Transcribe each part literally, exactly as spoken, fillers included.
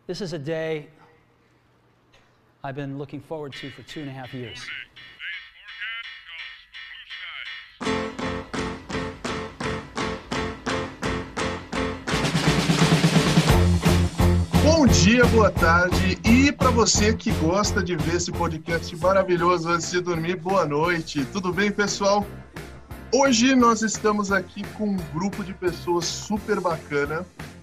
This is a day I've been looking forward to for two and a half years. Bom dia, boa tarde, e para você que gosta de ver esse podcast maravilhoso antes de dormir, boa noite. Tudo bem, pessoal? Hoje nós estamos aqui com um grupo de pessoas super bacana,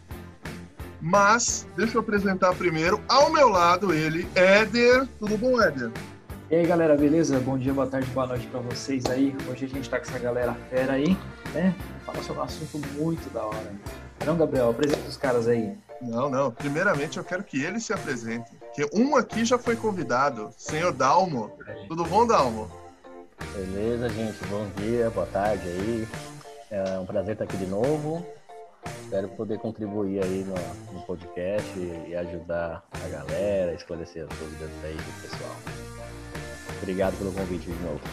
mas deixa eu apresentar primeiro, ao meu lado ele, Éder. Tudo bom, Éder? E aí, galera, beleza? Bom dia, boa tarde, boa noite para vocês aí. Hoje a gente tá com essa galera fera aí, né? Falar sobre um assunto muito da hora. Não, Gabriel, apresenta os caras aí. Não, não. Primeiramente eu quero que eles se apresentem. Porque um aqui já foi convidado, senhor Dalmo. Tudo bom, Dalmo? Beleza, gente. Bom dia, boa tarde aí. É um prazer estar aqui de novo. Espero poder contribuir aí no, no podcast e, e ajudar a galera, a esclarecer as dúvidas aí do pessoal. Obrigado pelo convite de novo.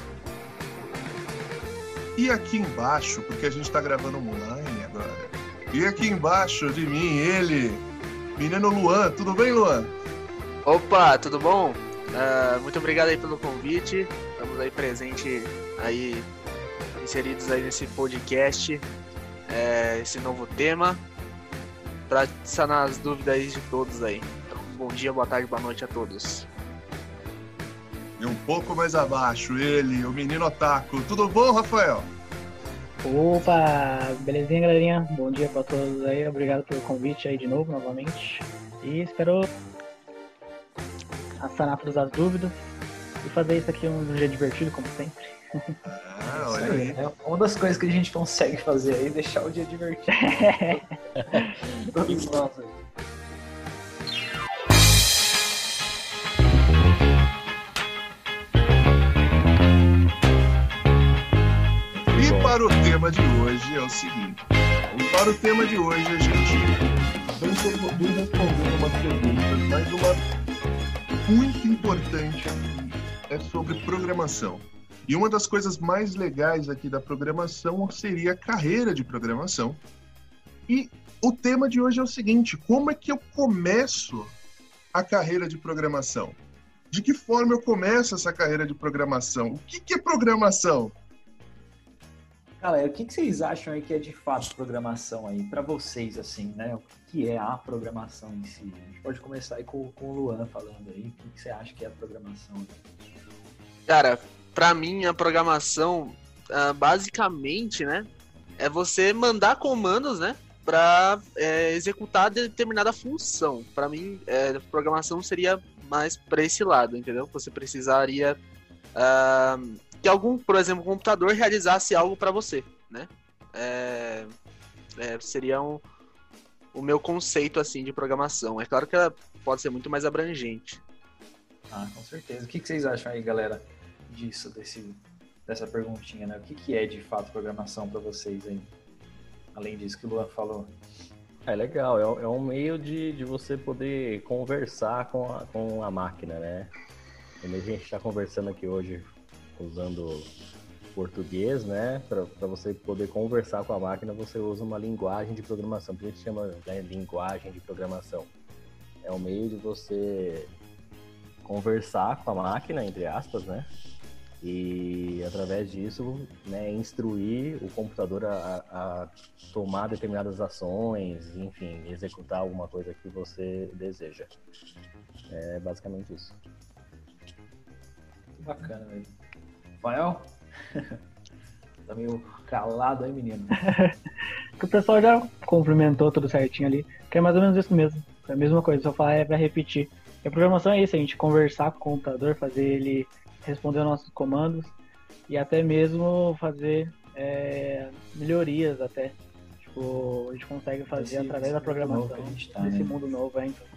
E aqui embaixo, porque a gente está gravando online agora. E aqui embaixo de mim, ele, menino Luan. Tudo bem, Luan? Opa, tudo bom? Uh, muito obrigado aí pelo convite. Estamos aí presentes, aí, inseridos aí nesse podcast, é, esse novo tema, para sanar as dúvidas aí de todos aí. Então, bom dia, boa tarde, boa noite a todos. E um pouco mais abaixo, ele, o menino Otaku. Tudo bom, Rafael? Opa, belezinha, galerinha? Bom dia pra todos aí, obrigado pelo convite aí de novo, novamente. E espero sanar todas as dúvidas e fazer isso aqui um dia divertido, como sempre. Ah, olha aí. É uma das coisas que a gente consegue fazer aí, deixar o dia divertido. Todos nós aí. E para o tema de hoje é o seguinte. Para o tema de hoje a gente vem respondendo umas perguntas, mas uma muito importante é sobre programação. E uma das coisas mais legais aqui da programação seria a carreira de programação. E o tema de hoje é o seguinte: como é que eu começo a carreira de programação? De que forma eu começo essa carreira de programação? O que que é programação? Galera, o que, que vocês acham aí que é de fato programação aí, pra vocês, assim, né? O que é a programação em si? A gente pode começar aí com, com o Luan falando aí. O que, que você acha que é a programação? Cara, pra mim a programação, uh, basicamente, né, é você mandar comandos, né, pra é, executar determinada função. Pra mim, é, programação seria mais pra esse lado, entendeu? Você precisaria... Uh, que algum, por exemplo, computador realizasse algo para você, né? É, é, seria um, o meu conceito, assim, de programação. É claro que ela pode ser muito mais abrangente. Ah, com certeza. O que, que vocês acham aí, galera, disso, desse, dessa perguntinha, né? O que, que é, de fato, programação para vocês aí? Além disso que o Luan falou. É legal, é, é um meio de, de você poder conversar com a, com a máquina, né? E a gente está conversando aqui hoje usando português, né? Para você poder conversar com a máquina, você usa uma linguagem de programação, que a gente chama de linguagem de programação. É um meio de você conversar com a máquina, entre aspas, né? E através disso, né, instruir o computador a, a tomar determinadas ações, enfim, executar alguma coisa que você deseja. É basicamente isso. Que bacana, velho. Rafael? Tá meio calado aí, menino. O pessoal já cumprimentou tudo certinho ali, que é mais ou menos isso mesmo. É a mesma coisa, só falar é pra repetir. E a programação é isso, a gente conversar com o computador, fazer ele responder aos nossos comandos e até mesmo fazer é, melhorias até. Tipo, a gente consegue fazer Esse, através da programação que a gente tá, nesse né? mundo novo, é, então.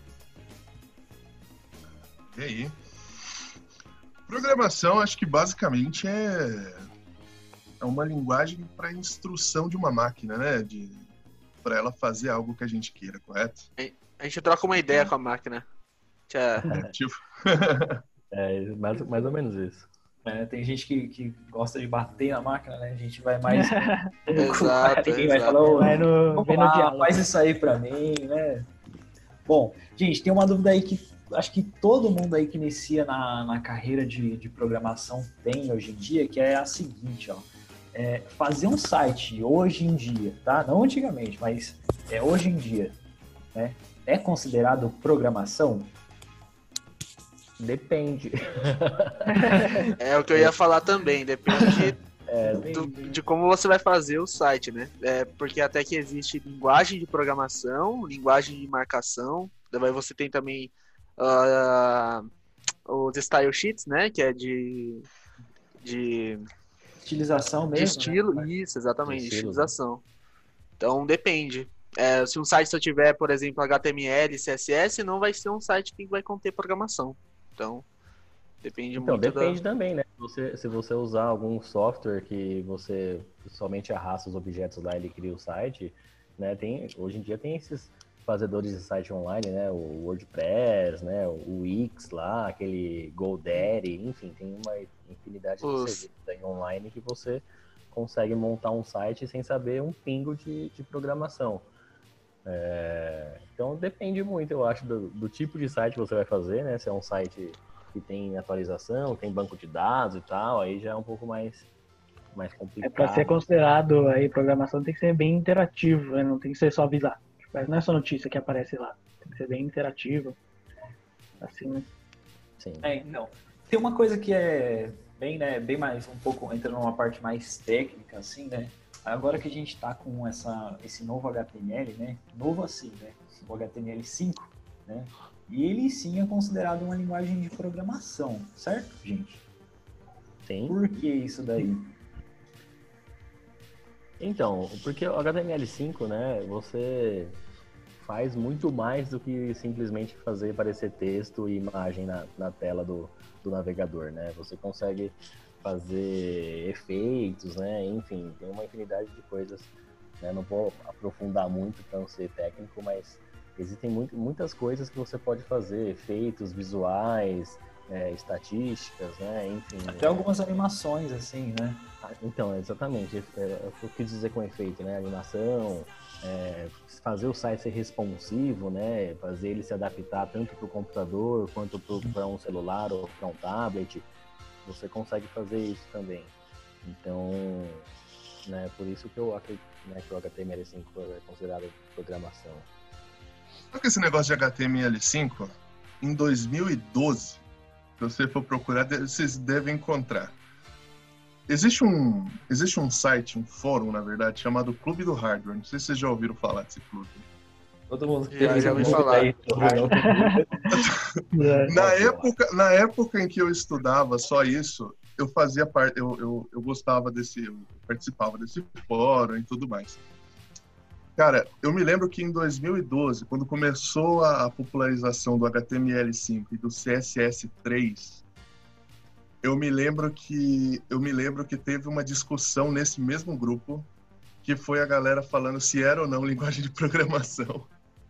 E aí? Programação, acho que basicamente é, é uma linguagem para instrução de uma máquina, né? De, para ela fazer algo que a gente queira, correto? A gente troca uma ideia com a máquina. Tchau. É, tipo... É mais, mais ou menos isso. É, tem gente que, que gosta de bater na máquina, né? A gente vai mais... Exato, Ninguém vai exato. falar, ô, Vai no, vamos vem no lá, diálogo. faz isso aí pra mim, né? Bom, gente, tem uma dúvida aí que acho que todo mundo aí que inicia na, na carreira de, de programação tem hoje em dia, que é a seguinte, ó. É, fazer um site hoje em dia, tá? Não antigamente, mas é hoje em dia, né? É considerado programação? Depende. É o que eu ia falar também, depende É, do- de como você vai fazer o site, né? É, porque até que existe linguagem de programação, linguagem de marcação, daí você tem também ah, os style sheets, né? Que é de, de, Estilização de mesmo, estilo, né? isso, exatamente, De de estilo, estilização. Então depende. É, se um site só tiver, por exemplo, H T M L, C S S, não vai ser um site que vai conter programação. Então, depende Então, muito depende da... também, né? Se você, se você usar algum software que você somente arrasta os objetos lá e ele cria o site, né? Tem, hoje em dia tem esses fazedores de site online, né? O WordPress, né? O Wix lá, aquele GoDaddy, enfim, tem uma infinidade de Os- serviços aí online que você consegue montar um site sem saber um pingo de, de programação. É, então depende muito, eu acho, do, do tipo de site que você vai fazer, né? Se é um site que tem atualização, tem banco de dados e tal, aí já é um pouco mais, mais É complicado. para ser considerado aí programação tem que ser bem interativo, né? Não tem que ser só avisar. Mas não é só notícia que aparece lá, tem que ser bem interativo, assim, né? Sim. É, então, tem uma coisa que é bem, né, bem mais um pouco, entra numa parte mais técnica, assim, né? Agora que a gente tá com essa, esse novo H T M L, né? Novo assim, né? O H T M L cinco, né? E ele sim é considerado uma linguagem de programação, certo, gente? Sim. Por que isso daí? Então, porque o H T M L cinco, né, você faz muito mais do que simplesmente fazer aparecer texto e imagem na, na tela do, do navegador, né? Você consegue fazer efeitos, né? Enfim, tem uma infinidade de coisas, né? Não vou aprofundar muito para não ser técnico, mas existem muito, muitas coisas que você pode fazer, efeitos visuais, é, estatísticas, né? Enfim. Até algumas animações, assim, né? Então, exatamente, é, é o que eu quis dizer com efeito, né? Animação, é, fazer o site ser responsivo, né? Fazer ele se adaptar tanto para o computador quanto para um celular ou para um tablet. Você consegue fazer isso também. Então, né? Por isso que eu acredito, né, que o H T M L cinco é considerado programação. Só que esse negócio de H T M L cinco, em dois mil e doze, se você for procurar, vocês devem encontrar. Existe um, existe um site, um fórum, na verdade, chamado Clube do Hardware. Não sei se vocês já ouviram falar desse clube. Todo mundo que Já- tem já ouvi dúvida falar. aí do hardware. Na época, na época em que eu estudava só isso, eu fazia parte, eu, eu, eu gostava desse, eu participava desse fórum e tudo mais. Cara, eu me lembro que em dois mil e doze, quando começou a, a popularização do H T M L cinco e do C S S três, eu me lembro que eu me lembro que teve uma discussão nesse mesmo grupo, que foi a galera falando se era ou não linguagem de programação.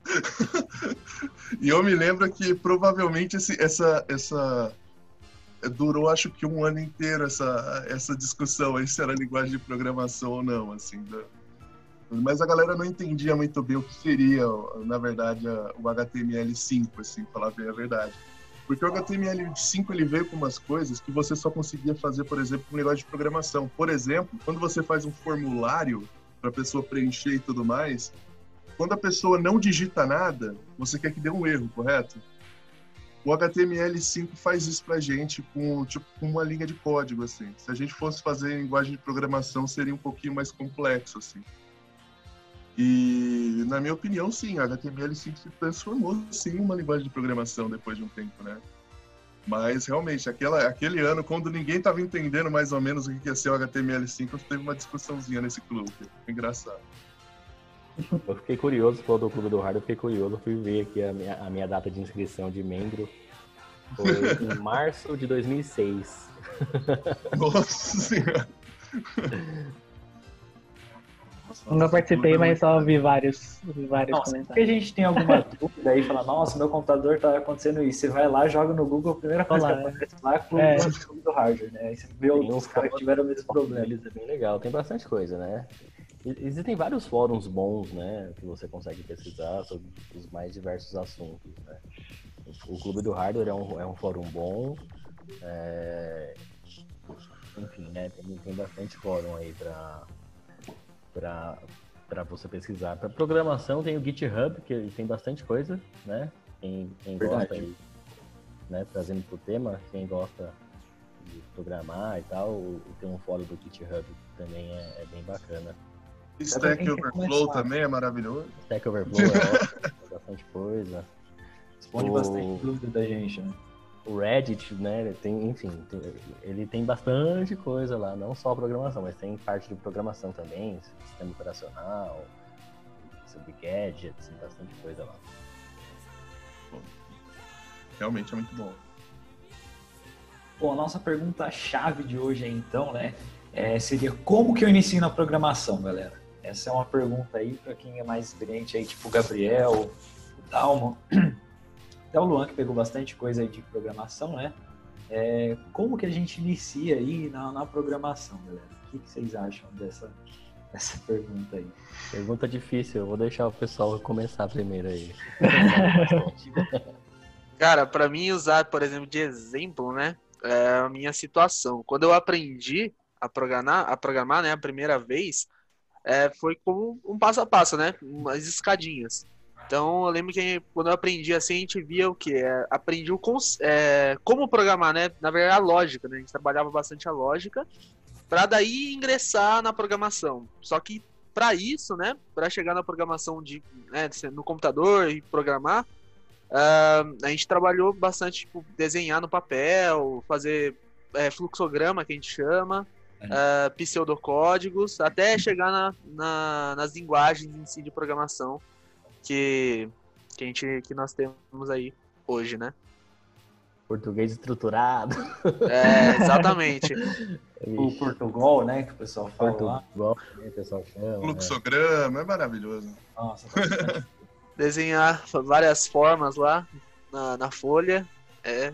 E eu me lembro que provavelmente esse, essa, essa durou acho que um ano inteiro essa, essa discussão aí se era linguagem de programação ou não, assim. Da... Mas a galera não entendia muito bem o que seria, na verdade, a, o H T M L cinco, assim, falar bem a verdade. Porque o H T M L cinco ele veio com umas coisas que você só conseguia fazer, por exemplo, com um negócio de programação. Por exemplo, quando você faz um formulário para a pessoa preencher e tudo mais, quando a pessoa não digita nada, você quer que dê um erro, correto? O H T M L cinco faz isso pra gente com, tipo, com uma linha de código, assim. Se a gente fosse fazer em linguagem de programação, seria um pouquinho mais complexo, assim. E, na minha opinião, sim, o H T M L cinco se transformou, sim, em uma linguagem de programação depois de um tempo, né? Mas, realmente, aquela, aquele ano, quando ninguém estava entendendo mais ou menos o que ia ser o H T M L cinco, teve uma discussãozinha nesse clube. Foi engraçado. Eu fiquei curioso, falou do Clube do Hardware, eu fiquei curioso, eu fui ver aqui a minha, a minha data de inscrição de membro. Foi em março de dois mil e seis. Nossa Senhora! Nunca participei, mas só vi vários, vi vários Nossa, porque a comentários. gente tem alguma dúvida aí, fala, nossa, meu computador tá acontecendo isso. Você vai lá, joga no Google, a primeira coisa Olha que lá, aparece lá é Clube É. do Hardware, né? Aí você vê Tem os um caras que tiveram o mesmo problema. Eles é bem legal, tem bastante coisa, né? Existem vários fóruns bons, né, que você consegue pesquisar sobre os mais diversos assuntos, né? O Clube do Hardware é um, é um fórum bom, é... enfim, né, tem, tem bastante fórum aí para para para você pesquisar. Para programação tem o GitHub, que tem bastante coisa, né? Quem, quem gosta aí, né, trazendo pro tema, quem gosta de programar e tal, tem um fórum do GitHub que também é, é bem bacana. Stack Overflow também é maravilhoso. Stack Overflow é ótimo, tem bastante coisa. Responde o... bastante dúvida da gente, né? O Reddit, né, ele tem, enfim, tem, ele tem bastante coisa lá, não só programação, mas tem parte de programação também, sistema operacional, sobre gadgets, tem bastante coisa lá. Realmente é muito bom. Bom, a nossa pergunta-chave de hoje aí, então, né, é, seria como que eu inicio na programação, galera? Essa é uma pergunta aí para quem é mais experiente aí, tipo o Gabriel, o Dalmo, até o Luan, que pegou bastante coisa aí de programação, né? É, como que a gente inicia aí na, na programação, galera? O que, que vocês acham dessa, dessa pergunta aí? Pergunta difícil, eu vou deixar o pessoal começar primeiro aí. Cara, para mim usar, por exemplo, de exemplo, né, é a minha situação. Quando eu aprendi a programar, a programar, né, a primeira vez, é, foi como um passo a passo, né, umas escadinhas. Então, eu lembro que quando eu aprendi assim, a gente via o quê? É, aprendi o é, como programar, né? Na verdade, a lógica, né? A gente trabalhava bastante a lógica para daí ingressar na programação. Só que para isso, né? Para chegar na programação de, né, no computador e programar, uh, a gente trabalhou bastante, tipo, desenhar no papel, fazer é, fluxograma, que a gente chama, uh, pseudocódigos, até chegar na, na, nas linguagens em si de programação. Que, que, a gente, que nós temos aí hoje, né? Português estruturado. É, exatamente. O Portugal, né, que o pessoal fala Portugal, lá. né, o pessoal chama. Fluxograma, é, é maravilhoso. Nossa, desenhar várias formas lá na, na folha. É.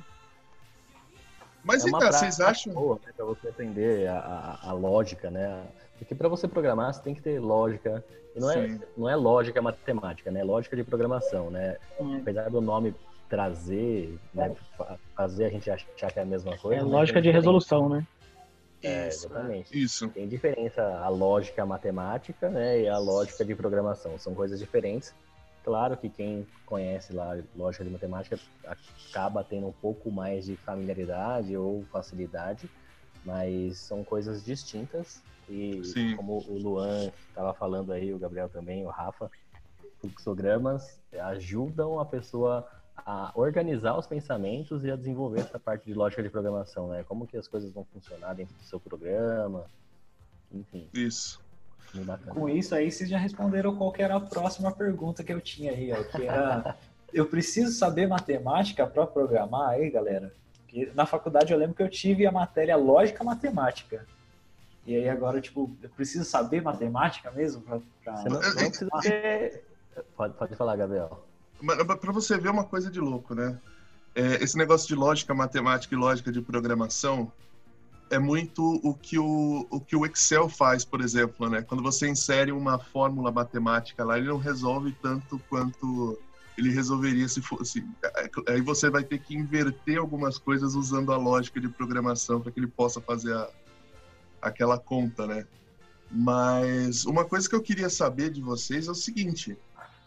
Mas é então, vocês acham? Boa, né, para você aprender a, a, a lógica, né? Porque para você programar, você tem que ter lógica. E não é, não é lógica matemática, né? É lógica de programação, né? Hum. Apesar do nome trazer, né? Fazer a gente achar que é a mesma coisa. É né? lógica de resolução, né? É, exatamente. Isso. Tem diferença a lógica matemática, né? E a lógica de programação. São coisas diferentes. Claro que quem conhece lá lógica de matemática acaba tendo um pouco mais de familiaridade ou facilidade, mas são coisas distintas. E Sim. como o Luan estava falando aí, o Gabriel também, o Rafa, fluxogramas ajudam a pessoa a organizar os pensamentos e a desenvolver essa parte de lógica de programação, né? Como que as coisas vão funcionar dentro do seu programa, enfim. Isso. Com isso aí, vocês já responderam qual que era a próxima pergunta que eu tinha aí, ó, que era, eu preciso saber matemática para programar aí, galera? Porque na faculdade eu lembro que eu tive a matéria lógica matemática. E aí agora, tipo, eu preciso saber matemática mesmo? Pra, pra... Você não, não precisa ter... Pode, pode falar, Gabriel. Para você ver uma coisa de louco, né? É, esse negócio de lógica matemática e lógica de programação é muito o que o, o que o Excel faz, por exemplo, né? Quando você insere uma fórmula matemática lá, ele não resolve tanto quanto ele resolveria se fosse... Aí você vai ter que inverter algumas coisas usando a lógica de programação para que ele possa fazer a aquela conta, né? Mas uma coisa que eu queria saber de vocês é o seguinte: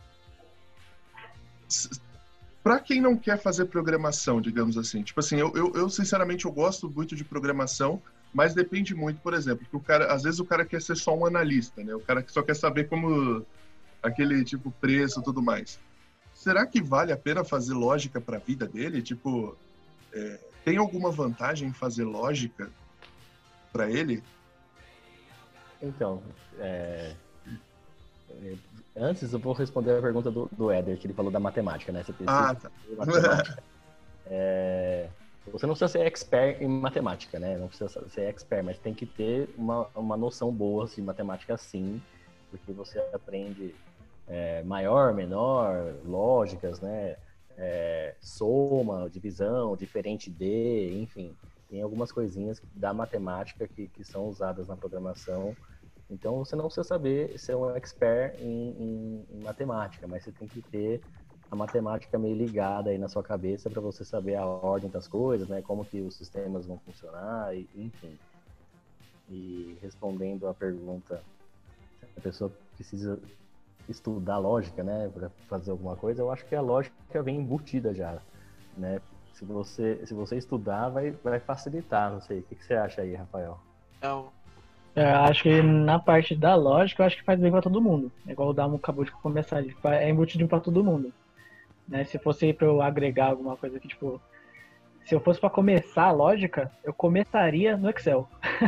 para quem não quer fazer programação, digamos assim, tipo assim, eu, eu, eu sinceramente eu gosto muito de programação, mas depende muito, por exemplo, que o cara, às vezes o cara quer ser só um analista, né? O cara que só quer saber como aquele tipo preço e tudo mais. Será que vale a pena fazer lógica para a vida dele? Tipo, é, tem alguma vantagem em fazer lógica para ele? Então, é... antes eu vou responder a pergunta do, do Éder, que ele falou da matemática, né? Você precisa ah, tá. de matemática. é... Você não precisa ser expert em matemática, né? Não precisa ser expert, mas tem que ter uma, uma noção boa de matemática, sim, porque você aprende é, maior, menor, lógicas, né? É, soma, divisão, diferente de, enfim... Tem algumas coisinhas da matemática que, que são usadas na programação Então você não precisa saber ser um expert em, em, em matemática, mas você tem que ter a matemática meio ligada aí na sua cabeça para você saber a ordem das coisas, né? Como que os sistemas vão funcionar, e, enfim. E respondendo a pergunta, se a pessoa precisa estudar lógica, né, para fazer alguma coisa, eu acho que a lógica vem embutida já, né? Se você, se você estudar, vai, vai facilitar, não sei. O que, que você acha aí, Rafael? Então, Eu acho que na parte da lógica, eu acho que faz bem pra todo mundo. É igual o Damo acabou de começar, ele fa- é embutido pra todo mundo. Né? Se fosse pra eu agregar alguma coisa aqui, tipo, se eu fosse pra começar a lógica, eu começaria no Excel.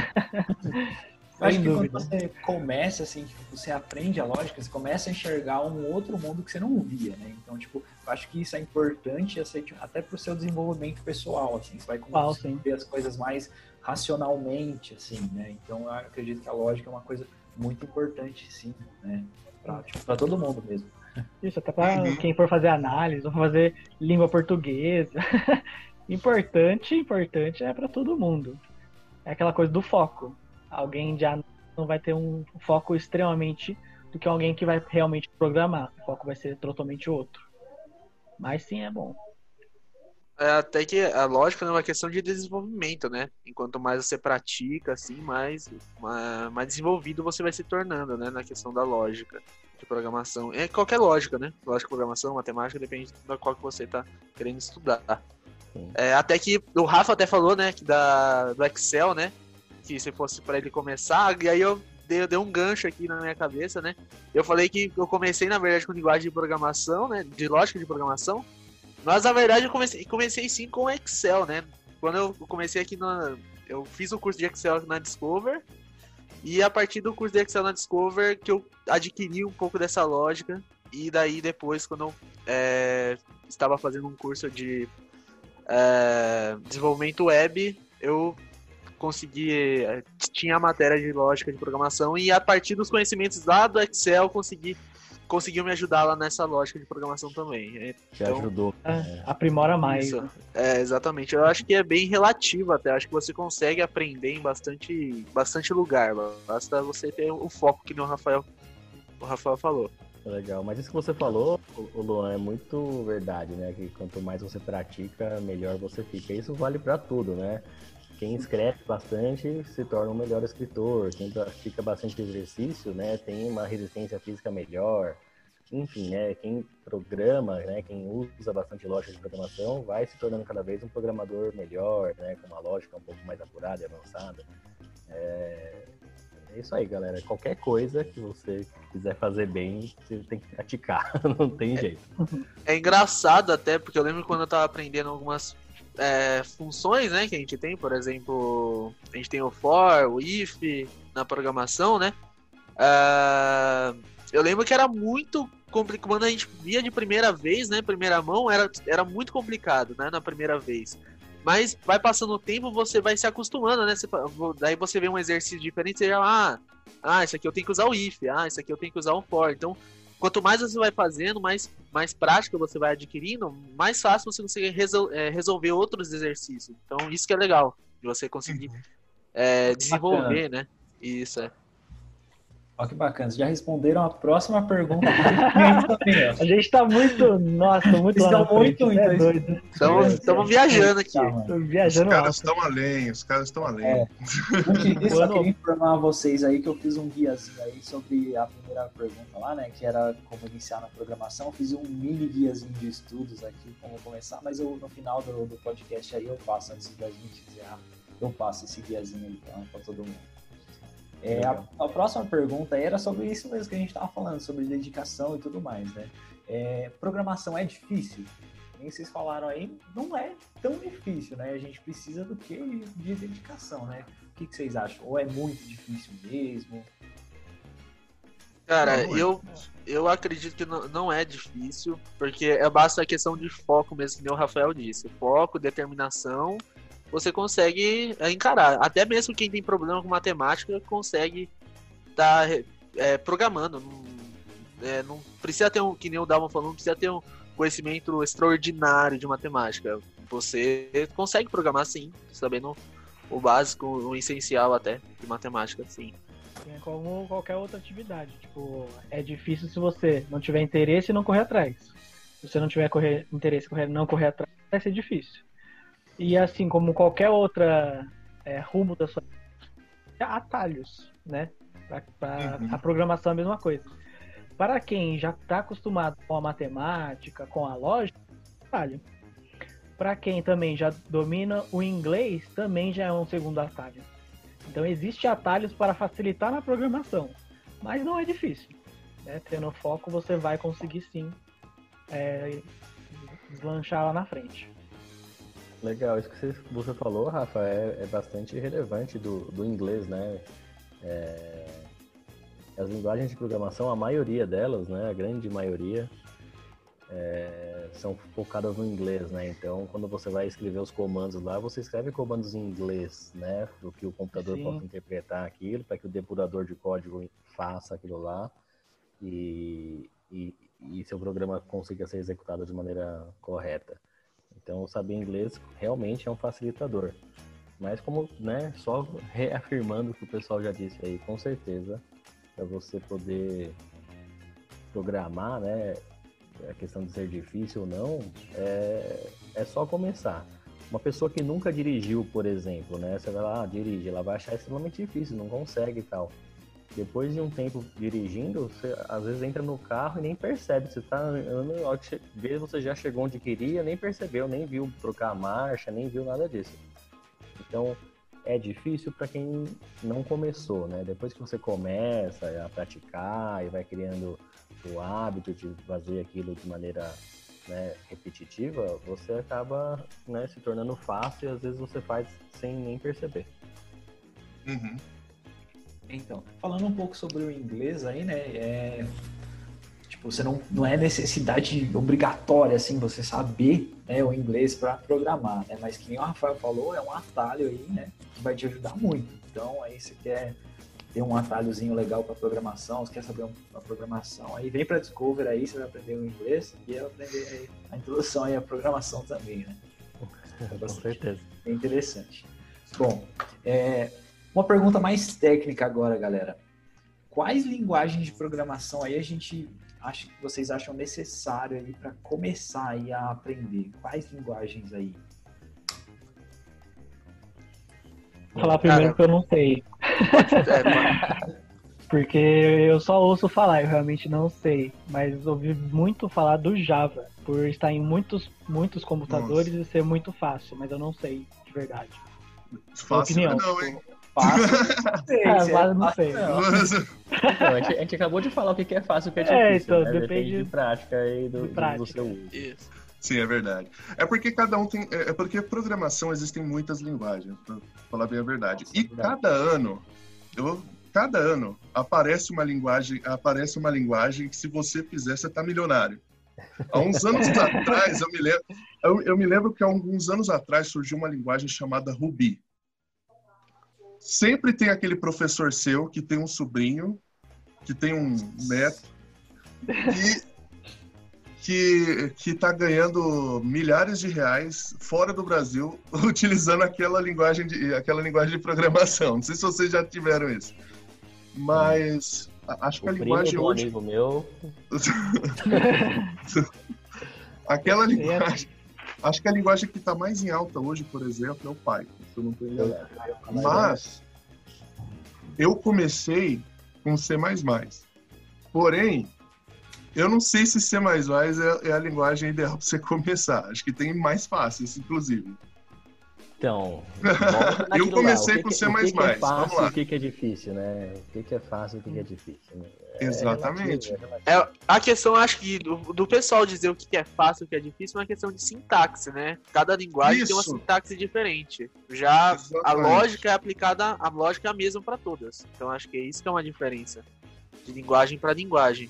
Eu acho Sem que dúvida. quando você começa, assim, tipo, você aprende a lógica, você começa a enxergar um outro mundo que você não via, né? Então, tipo, eu acho que isso é importante, assim, até pro seu desenvolvimento pessoal, assim. Você vai Pessoal, começar sim. a ver as coisas mais racionalmente, assim, né? Então, eu acredito que a lógica é uma coisa muito importante, sim, né? Pra, tipo, pra todo mundo mesmo. Isso, até pra Uhum. quem for fazer análise, ou fazer língua portuguesa. Importante, importante é pra todo mundo. É aquela coisa do foco. Alguém já não vai ter um foco extremamente do que alguém que vai realmente programar. O foco vai ser totalmente outro. Mas sim, é bom. é até que a lógica é uma questão de desenvolvimento, né? Enquanto mais você pratica, assim, mais, ma- mais desenvolvido você vai se tornando, né? Na questão da lógica de programação. É qualquer lógica, né? Lógica de programação, matemática, depende da qual que você tá querendo estudar. Sim. É, até que o Rafa até falou, né? Que da, do Excel, né? Que se fosse para ele começar, e aí eu dei, dei um gancho aqui na minha cabeça, né? Eu falei que eu comecei, na verdade, com linguagem de programação, né? De lógica de programação. Mas, na verdade, eu comecei, comecei sim com Excel, né? Quando eu comecei aqui na... Eu fiz o curso de Excel na Discover. E a partir do curso de Excel na Discover que eu adquiri um pouco dessa lógica. E daí, depois, quando eu é, estava fazendo um curso de é, desenvolvimento web, eu consegui... Tinha a matéria de lógica de programação. E a partir dos conhecimentos lá do Excel, consegui... conseguiu me ajudar lá nessa lógica de programação também. Te Então, ajudou. É, aprimora mais. isso. Né? É, exatamente. Eu acho que é bem relativo até. Acho que você consegue aprender em bastante, bastante lugar. Basta você ter o foco que nem o Rafael, o Rafael falou. Legal, mas isso que você falou, o Luan, é muito verdade, né? Que quanto mais você pratica, melhor você fica. Isso vale para tudo, né? Quem escreve bastante se torna um melhor escritor. Quem pratica bastante exercício, né? Tem uma resistência física melhor. Enfim, né? Quem programa, né? Quem usa bastante lógica de programação vai se tornando cada vez um programador melhor, né? Com uma lógica um pouco mais apurada e avançada. É... É isso aí, galera. Qualquer coisa que você quiser fazer bem, você tem que praticar. Não tem jeito. É engraçado até, porque eu lembro quando eu tava aprendendo algumas é, funções, né, que a gente tem, por exemplo, a gente tem o for, o if na programação, né? Ah, eu lembro que era muito complicado, quando a gente via de primeira vez, né, primeira mão, era, era muito complicado, né, na primeira vez. Mas vai passando o tempo, você vai se acostumando, né? Você, daí você vê um exercício diferente, você já, ah, ah, isso aqui eu tenho que usar o if, ah, isso aqui eu tenho que usar o for. Então, quanto mais você vai fazendo, mais, mais prática você vai adquirindo, mais fácil você consegue resol- é, resolver outros exercícios. Então, isso que é legal, de você conseguir é, desenvolver, né? Isso, é. Olha que bacana, vocês já responderam a próxima pergunta que a gente também, ó. A gente tá muito. Nossa, tô muito Vocês lá na estão muito, frente, é então, doido. Estamos viajando aqui. Tá, mano. Tô Os viajando caras alto. estão além, os caras estão além. É. Antes disso, eu Quando- queria informar vocês aí que eu fiz um guiazinho aí sobre a primeira pergunta lá, né? Que era como iniciar na programação. Eu fiz um mini guiazinho de estudos aqui, como começar, mas eu, no final do, do podcast aí eu passo, antes da gente encerrar, eu passo esse guiazinho aí pra, pra todo mundo. É, a, a próxima pergunta aí era sobre isso mesmo que a gente estava falando, sobre dedicação e tudo mais, né? É, programação é difícil? Nem vocês falaram aí, não é tão difícil, né? A gente precisa do que? De dedicação, né? O que, que vocês acham? Ou é muito difícil mesmo? Cara, Não, não é. eu, eu acredito que não, não é difícil, porque é basta a questão de foco mesmo, que nem o Rafael disse. Foco, determinação, você consegue é, encarar. Até mesmo quem tem problema com matemática consegue estar tá, programando. Não, é, não precisa ter um, que nem o Dalman falou, não precisa ter um conhecimento extraordinário de matemática. Você consegue programar sim, sabendo o básico, o essencial até de matemática, sim. É como qualquer outra atividade. Tipo, é difícil se você não tiver interesse e não correr atrás. Se você não tiver correr, interesse e não correr atrás, vai ser difícil. E assim como qualquer outra é, rumo da sua atalhos, né? Pra, pra, Uhum. A programação é a mesma coisa. Para quem já está acostumado com a matemática, com a lógica, atalho. Para quem também já domina o inglês, também já é um segundo atalho. Então existem atalhos para facilitar na programação, mas não é difícil. Né? Tendo foco, você vai conseguir sim é, deslanchar lá na frente. Legal, isso que você, você falou, Rafa, é, é bastante relevante do, do inglês, né? É, as linguagens de programação, a maioria delas, né, a grande maioria, é, são focadas no inglês, né? Então, quando você vai escrever os comandos lá, você escreve comandos em inglês, né? Para que o computador Sim. possa interpretar aquilo, para que o depurador de código faça aquilo lá e, e, e seu programa consiga ser executado de maneira correta. Então, saber inglês realmente é um facilitador. Mas como, né, só reafirmando o que o pessoal já disse aí, com certeza, para você poder programar, né, a questão de ser difícil ou não, é, é só começar. Uma pessoa que nunca dirigiu, por exemplo, né, você vai lá, ah, dirige, ela vai achar extremamente difícil, não consegue e tal. Depois de um tempo dirigindo, você às vezes entra no carro e nem percebe. Você tá andando, ao que vê, você já chegou onde queria, nem percebeu, nem viu trocar a marcha, nem viu nada disso. Então, é difícil para quem não começou, né? Depois que você começa a praticar e vai criando o hábito de fazer aquilo de maneira, né, repetitiva, você acaba, né, se tornando fácil e às vezes você faz sem nem perceber. Uhum. Então, falando um pouco sobre o inglês aí, né, é, tipo, você não, não é necessidade obrigatória, assim, você saber, né, o inglês para programar, né, mas que nem o Rafael falou, é um atalho aí, né, que vai te ajudar muito. Então, aí você quer ter um atalhozinho legal para programação, você quer saber uma programação, aí vem para Discover aí, você vai aprender o inglês e vai aprender aí a introdução aí à programação também, né. Com certeza. É interessante. Bom, é, uma pergunta mais técnica agora, galera. Quais linguagens de programação aí a gente acha que vocês acham necessário aí para começar aí a aprender? Quais linguagens aí? Vou falar primeiro Cara, que eu não sei. É, pode- Porque eu só ouço falar, eu realmente não sei. Mas ouvi muito falar do Java, por estar em muitos, muitos computadores e ser muito fácil, mas eu não sei de verdade. Fácil opinião. não, hein? Fácil, não sei. Ah, se é mas não fácil, sei. Então, a, gente, a gente acabou de falar o que que é fácil e o que é É, difícil, então, né? depende de prática e do, de do- prática. do seu uso. Isso. Sim, é verdade. É porque cada um tem. É porque programação existem muitas linguagens, pra falar bem a verdade. E cada ano, eu, cada ano aparece uma linguagem, aparece uma linguagem que se você fizer, você tá milionário. Há uns anos atrás, eu me lembro, eu, eu me lembro que há alguns anos atrás surgiu uma linguagem chamada Ruby. Sempre tem aquele professor seu que tem um sobrinho, que tem um neto, e que que está ganhando milhares de reais fora do Brasil utilizando aquela linguagem de aquela linguagem de programação. Não sei se vocês já tiveram isso, mas a- acho que O a primo linguagem de um hoje, amigo meu, aquela linguagem, acho que a linguagem que está mais em alta hoje, por exemplo, é o Python. Se eu não estou enganado. Mas eu comecei com C mais mais. Porém, eu não sei se C mais mais é, é a linguagem ideal para você começar. Acho que tem mais fáceis, inclusive. então, volta Eu naquilo lá, comecei o que com que- C o que mais que é mais, vamos fácil lá. e o que que é difícil, né? O que que é fácil e o que que é difícil, né? É Exatamente. relativo, é relativo. É, a questão, acho que, do, do pessoal dizer o que é fácil e o que é difícil é uma questão de sintaxe, né? Cada linguagem tem uma Isso. sintaxe diferente. Já a Exatamente. lógica é aplicada, a lógica é a mesma para todas. Então acho que é isso que é uma diferença de linguagem para linguagem.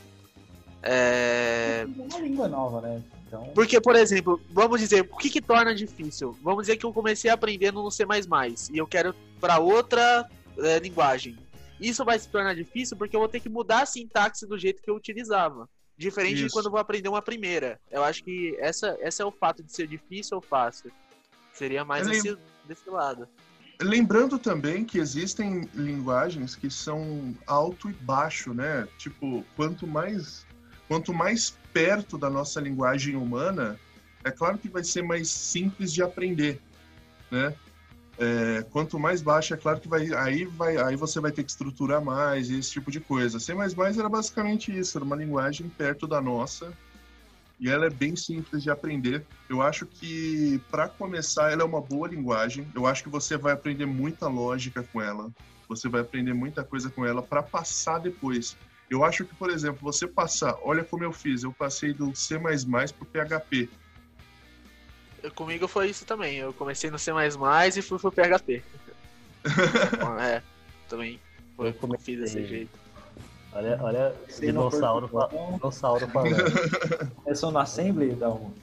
É... É uma língua nova, né? Então, Porque, por exemplo, vamos dizer, o que que torna difícil? Vamos dizer que eu comecei aprendendo no C mais mais e eu quero para outra é, linguagem. Isso vai se tornar difícil porque eu vou ter que mudar a sintaxe do jeito que eu utilizava. Diferente de Isso. quando eu vou aprender uma primeira. Eu acho que essa, essa é o fato de ser difícil ou fácil. Seria mais Eu desse, desse lado. lembrando também que existem linguagens que são alto e baixo, né? Tipo, quanto mais, quanto mais perto da nossa linguagem humana, é claro que vai ser mais simples de aprender, né? É, quanto mais baixo, é claro que vai, aí, vai, aí você vai ter que estruturar mais e esse tipo de coisa. C++ era basicamente isso, era uma linguagem perto da nossa e ela é bem simples de aprender. Eu acho que, para começar, ela é uma boa linguagem. Eu acho que você vai aprender muita lógica com ela, você vai aprender muita coisa com ela para passar depois. Eu acho que, por exemplo, você passar, olha como eu fiz, eu passei do C++ para o P H P. Comigo foi isso também. Eu comecei no C++ e fui pro P H P. É, também foi, Eu comecei- fiz desse jeito. Olha, olha o Sei no dinossauro, fa- Portugal. dinossauro falando. Começou no Assembly, então.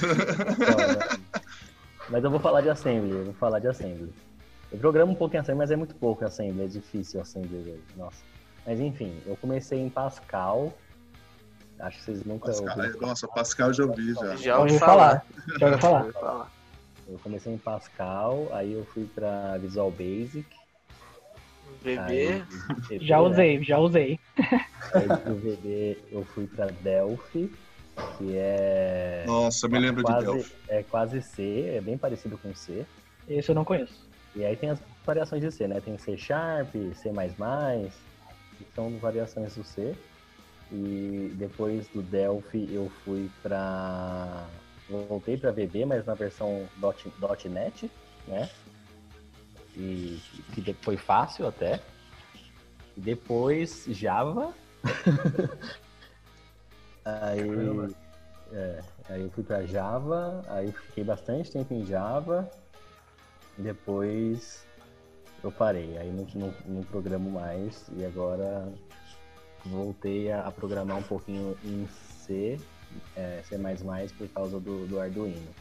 Mas eu vou falar de Assembly, eu vou falar de Assembly. Eu programo um pouco em Assembly, mas é muito pouco em Assembly, é difícil Assembly, velho. Nossa. Mas enfim, eu comecei em Pascal. Acho que vocês nunca Pascal, ouviram. nossa, Pascal eu já ouvi, já. Já ouvi ouvi falar. falar. Já ouviu Já falar? ouvi falar. Eu comecei em Pascal, aí eu fui pra Visual Basic. V B. Aí, Já usei, já usei. Aí do V B eu fui pra Delphi, que é. Nossa, eu me lembro quase, de Delphi. É quase C, é bem parecido com C. Esse eu não conheço. E aí tem as variações de C, né? Tem C Sharp, C++, que são variações do C. E depois do Delphi eu fui pra... Voltei pra V B, mas na versão dot .NET, né? E que de- foi fácil até. E depois Java. Aí, é, aí eu fui pra Java, aí fiquei bastante tempo em Java. Depois eu parei, aí não, não, não programo mais e agora voltei a, a programar um pouquinho em C, é, C++ por causa do, do Arduino.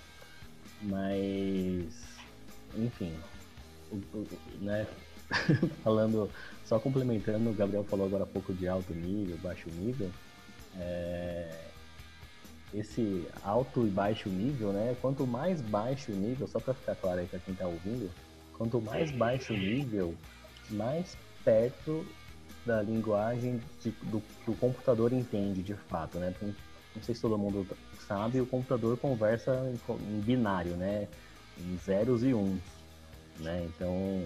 Mas, enfim, o, o, né, falando, só complementando, o Gabriel falou agora há pouco de alto nível, baixo nível. É, esse alto e baixo nível, né? Quanto mais baixo o nível, só para ficar claro aí para quem está ouvindo, quanto mais baixo o nível, mais perto da linguagem de, do que o computador entende de fato, né? Porque, não sei se todo mundo sabe, o computador conversa em, em binário, né? Em zeros e uns, né? Então,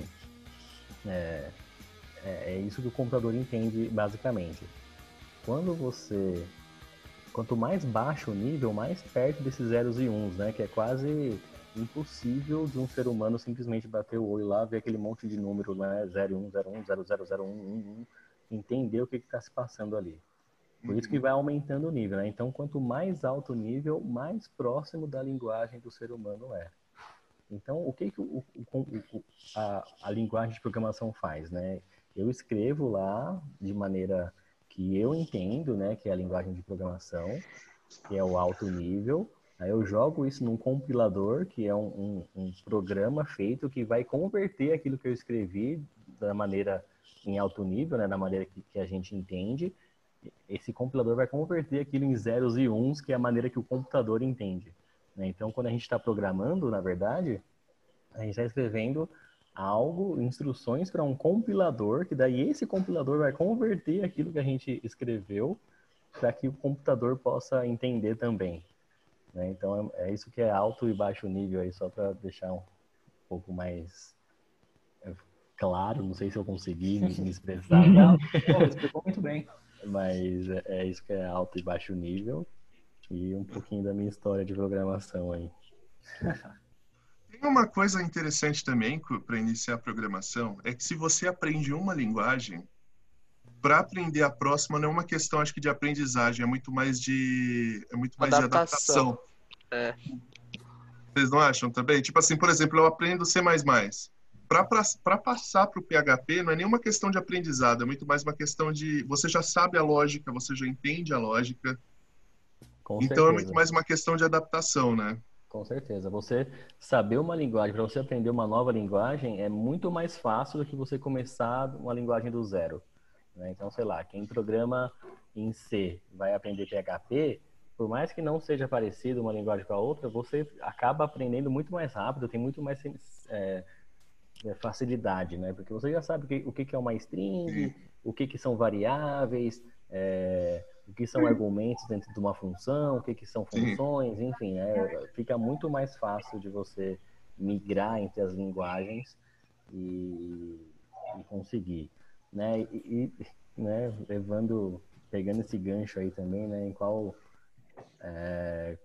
é, é, é isso que o computador entende basicamente. Quando você... Quanto mais baixo o nível, mais perto desses zeros e uns, né? Que é quase impossível de um ser humano simplesmente bater o olho lá, ver aquele monte de número, né? zero, um, zero, um, zero, zero, zero, um, um, um, entender o que está se passando ali. Por isso que vai aumentando o nível, né? Então, quanto mais alto o nível, mais próximo da linguagem do ser humano é. Então, o que, que o, o, o, a, a linguagem de programação faz, né? Eu escrevo lá de maneira que eu entendo, né, que é a linguagem de programação, que é o alto nível. Aí eu jogo isso num compilador, que é um, um, um programa feito que vai converter aquilo que eu escrevi da maneira em alto nível, né, da maneira que, que a gente entende. Esse compilador vai converter aquilo em zeros e uns, que é a maneira que o computador entende, né? Então, quando a gente está programando, na verdade, a gente está escrevendo algo, instruções para um compilador, que daí esse compilador vai converter aquilo que a gente escreveu para que o computador possa entender também, né? Então é, é isso que é alto e baixo nível aí, só para deixar um pouco mais é, claro, não sei se eu consegui me, me expressar, Não, pô, explicou muito bem. mas é, é isso que é alto e baixo nível e um pouquinho da minha história de programação aí. Tem uma coisa interessante também para iniciar a programação, é que se você aprende uma linguagem, para aprender a próxima não é uma questão, acho que, de aprendizagem, é muito mais de, é muito mais Adaptação. de adaptação. É. Vocês não acham também? Tipo assim, por exemplo, eu aprendo C++. Para passar para o P H P, não é nenhuma questão de aprendizado, é muito mais uma questão de... Você já sabe a lógica, você já entende a lógica. Com Então certeza. é muito mais uma questão de adaptação, né? Com certeza. Você saber uma linguagem, para você aprender uma nova linguagem, é muito mais fácil do que você começar uma linguagem do zero, né? Então, sei lá, quem programa em C vai aprender P H P, por mais que não seja parecido uma linguagem com a outra, você acaba aprendendo muito mais rápido, tem muito mais é, é, facilidade, né? Porque você já sabe o que, o que que é uma string, o que que são variáveis, é, o que são argumentos dentro de uma função, o que que são funções, enfim, é, fica muito mais fácil de você migrar entre as linguagens e, e conseguir, né? E, e, né, levando, pegando esse gancho aí também, né, em qual é,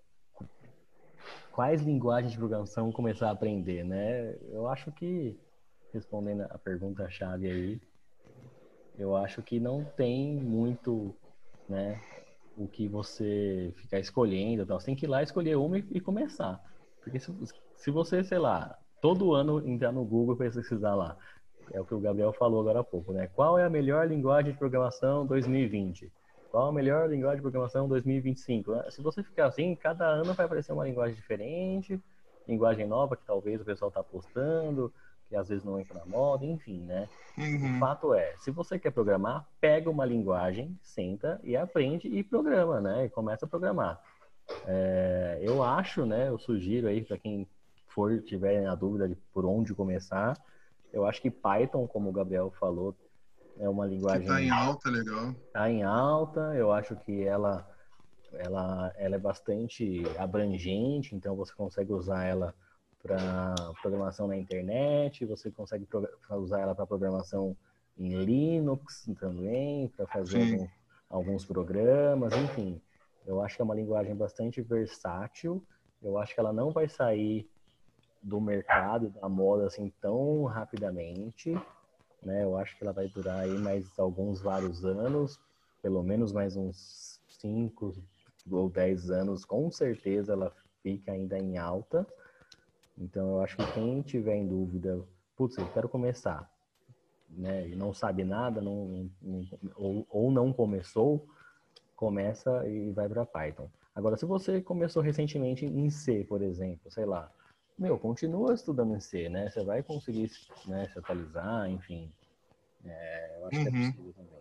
quais linguagens de programação começar a aprender, né? Eu acho que, respondendo a pergunta-chave aí, eu acho que não tem muito, né, o que você ficar escolhendo, tal. Você tem que ir lá escolher uma e, e começar. Porque se, se você, sei lá, todo ano entrar no Google e pesquisar lá, é o que o Gabriel falou agora há pouco, né? Qual é a melhor linguagem de programação dois mil e vinte? Qual a melhor linguagem de programação dois mil e vinte e cinco? Se você ficar assim, cada ano vai aparecer uma linguagem diferente, linguagem nova que talvez o pessoal está postando, que às vezes não entra na moda, enfim, né? Uhum. O fato é, se você quer programar, pega uma linguagem, senta e aprende e programa, né? E começa a programar. É, eu acho, né? Eu sugiro aí para quem for tiver na dúvida de por onde começar, eu acho que Python, como o Gabriel falou, é uma Que linguagem tá em alta, legal. tá em alta. Eu acho que ela, ela, ela é bastante abrangente, então você consegue usar ela para programação na internet, você consegue usar ela para programação em Linux também, para fazer Sim. algum, alguns programas, enfim. Eu acho que é uma linguagem bastante versátil. Eu acho que ela não vai sair do mercado, da moda assim tão rapidamente, né? Eu acho que ela vai durar aí mais alguns vários anos, pelo menos mais uns cinco ou dez anos, com certeza ela fica ainda em alta. Então eu acho que quem tiver em dúvida, putz, eu quero começar, né? E não sabe nada, não, não ou, ou não começou, começa e vai para Python. Agora, se você começou recentemente em C, por exemplo, sei lá, meu, continua estudando em C, né? Você vai conseguir, né, se atualizar, enfim. É, eu acho que é Uhum. possível também.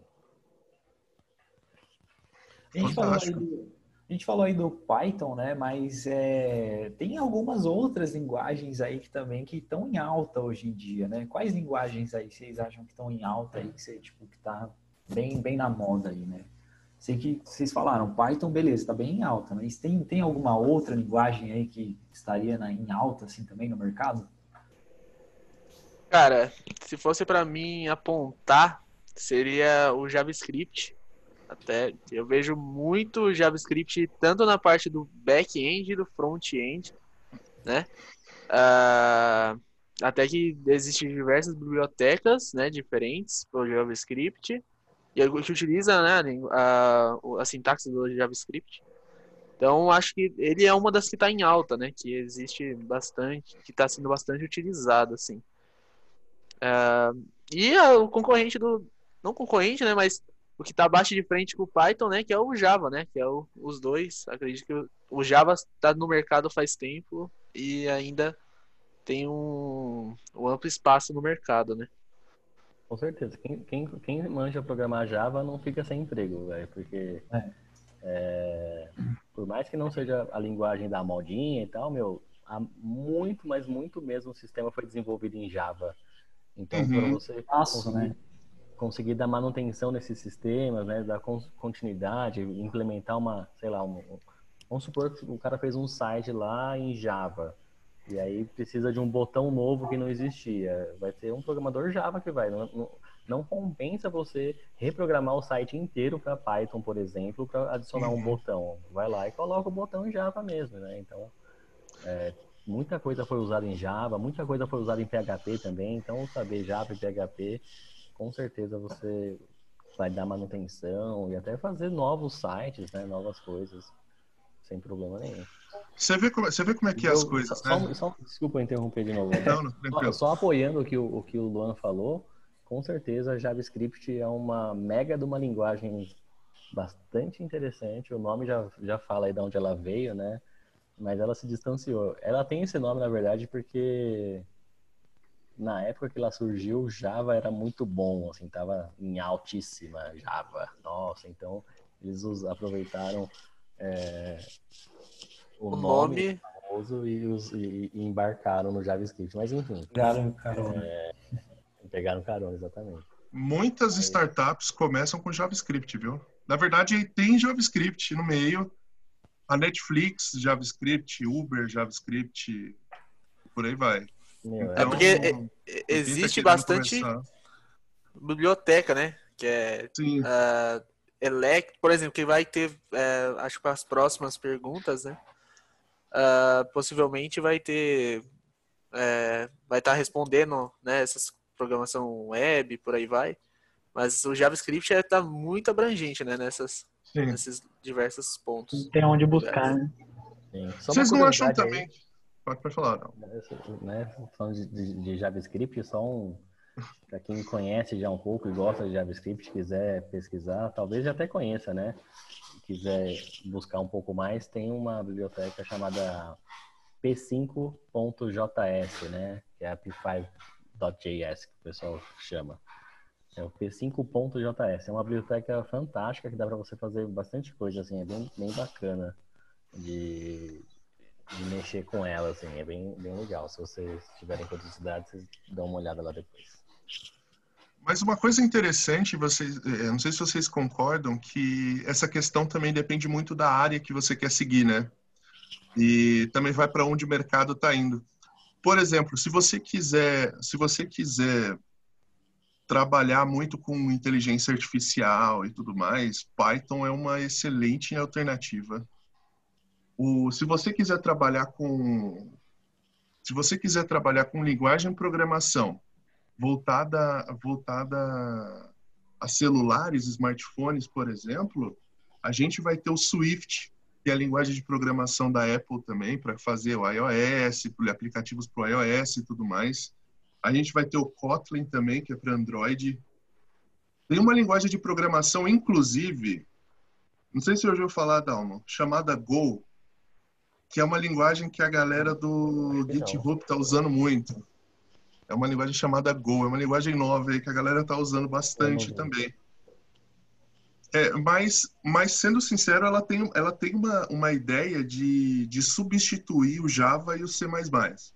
A gente falou aí Fantástico. do, a gente falou aí do Python, né? Mas é, tem algumas outras linguagens aí que também que estão em alta hoje em dia, né? Quais linguagens aí vocês acham que estão em alta aí, que você, tipo, que tá bem, bem na moda aí, né? Sei que vocês falaram, Python, beleza, está bem em alta, mas tem, tem alguma outra linguagem aí que estaria na, em alta, assim, também no mercado? Cara, se fosse pra mim apontar, seria o JavaScript. Até eu vejo muito JavaScript tanto na parte do back-end e do front-end, né? Ah, até que existem diversas bibliotecas, né, diferentes para o JavaScript e a gente utiliza, né, a, a sintaxe do JavaScript. Então acho que ele é uma das que está em alta, né? Que existe bastante, que está sendo bastante utilizado, assim. Uh, e a, o concorrente do. Não concorrente, né? Mas o que está bate de frente com o Python, né? Que é o Java, né? Que é o, os dois. Acredito que o, o Java está no mercado faz tempo e ainda tem um, um amplo espaço no mercado, né? Com certeza. Quem, quem, quem manja programar Java não fica sem emprego, velho, porque É. É, por mais que não seja a linguagem da modinha e tal, meu, há muito, mas muito mesmo o sistema foi desenvolvido em Java. Então, Uhum. para você Passo, conseguir, né? conseguir dar manutenção nesses sistemas, né, dar continuidade, implementar uma, sei lá, um, vamos supor que o cara fez um site lá em Java. E aí precisa de um botão novo que não existia. Vai ter um programador Java que vai. Não, não, não compensa você reprogramar o site inteiro para Python, por exemplo, para adicionar um botão. Vai lá e coloca o botão em Java mesmo, né? Então, é, muita coisa foi usada em Java, muita coisa foi usada em P H P também. Então, saber Java e P H P, com certeza você vai dar manutenção e até fazer novos sites, né? Novas coisas, sem problema nenhum. Você vê como, você vê como é que é as Eu, coisas, só, né? só, desculpa interromper de novo. Não, não, Só, tranquilo. só apoiando o que o, o que o Luan falou, com certeza JavaScript é uma mega de uma linguagem bastante interessante. O nome já, já fala aí de onde ela veio, né? Mas ela se distanciou. Ela tem esse nome, na verdade, porque na época que ela surgiu, Java era muito bom, assim, tava em altíssima Java. Nossa, então eles os aproveitaram é, o, O nome, nome. famoso e, os, e, e embarcaram no JavaScript. Mas enfim. Cara, caramba. É, Pegaram carona, exatamente. Muitas startups começam com JavaScript, viu? Na verdade, tem JavaScript no meio. A Netflix, JavaScript, Uber, JavaScript, por aí vai. Meu, É porque é- é- quem existe tá querendo bastante começar- biblioteca, né? Que é Sim, ah, Elect, por exemplo, que vai ter, é, acho que para as próximas perguntas, né? Ah, possivelmente vai ter, é, vai estar respondendo, né? Essas programação web, por aí vai. Mas o JavaScript está muito abrangente, né? Nessas, sim. nesses diversos pontos. Tem onde buscar, né? Sim. Só uma Vocês não acham curiosidade aí, também... Pode, pode falar, não. né? Falando de, de- de JavaScript, só um. Para quem conhece já um pouco e gosta de JavaScript, quiser pesquisar, talvez já até conheça, né? Quiser buscar um pouco mais, tem uma biblioteca chamada P cinco ponto J S, né? Que é a P cinco ponto J S, que o pessoal chama. É o P cinco ponto J S. É uma biblioteca fantástica que dá para você fazer bastante coisa, assim, é bem, bem bacana de, de mexer com ela, assim, é bem, bem legal. Se vocês tiverem curiosidade, vocês dão uma olhada lá depois. Mas uma coisa interessante, vocês, eu não sei se vocês concordam, que essa questão também depende muito da área que você quer seguir, né? E também vai para onde o mercado está indo. Por exemplo, se você quiser, se você quiser trabalhar muito com inteligência artificial e tudo mais, Python é uma excelente alternativa. O, se você quiser trabalhar com, se você quiser trabalhar com linguagem de programação voltada, voltada a celulares, smartphones, por exemplo, a gente vai ter o Swift, que é a linguagem de programação da Apple também, para fazer o iOS, aplicativos para o iOS e tudo mais. A gente vai ter o Kotlin também, que é para Android. Tem uma linguagem de programação, inclusive, não sei se você ouviu falar, Dalmo, chamada Go, que é uma linguagem que a galera do GitHub está usando muito. É uma linguagem chamada Go, é uma linguagem nova aí que a galera está usando bastante também. É, mas, mas, sendo sincero, ela tem, ela tem uma, uma ideia de, de substituir o Java e o C mais mais.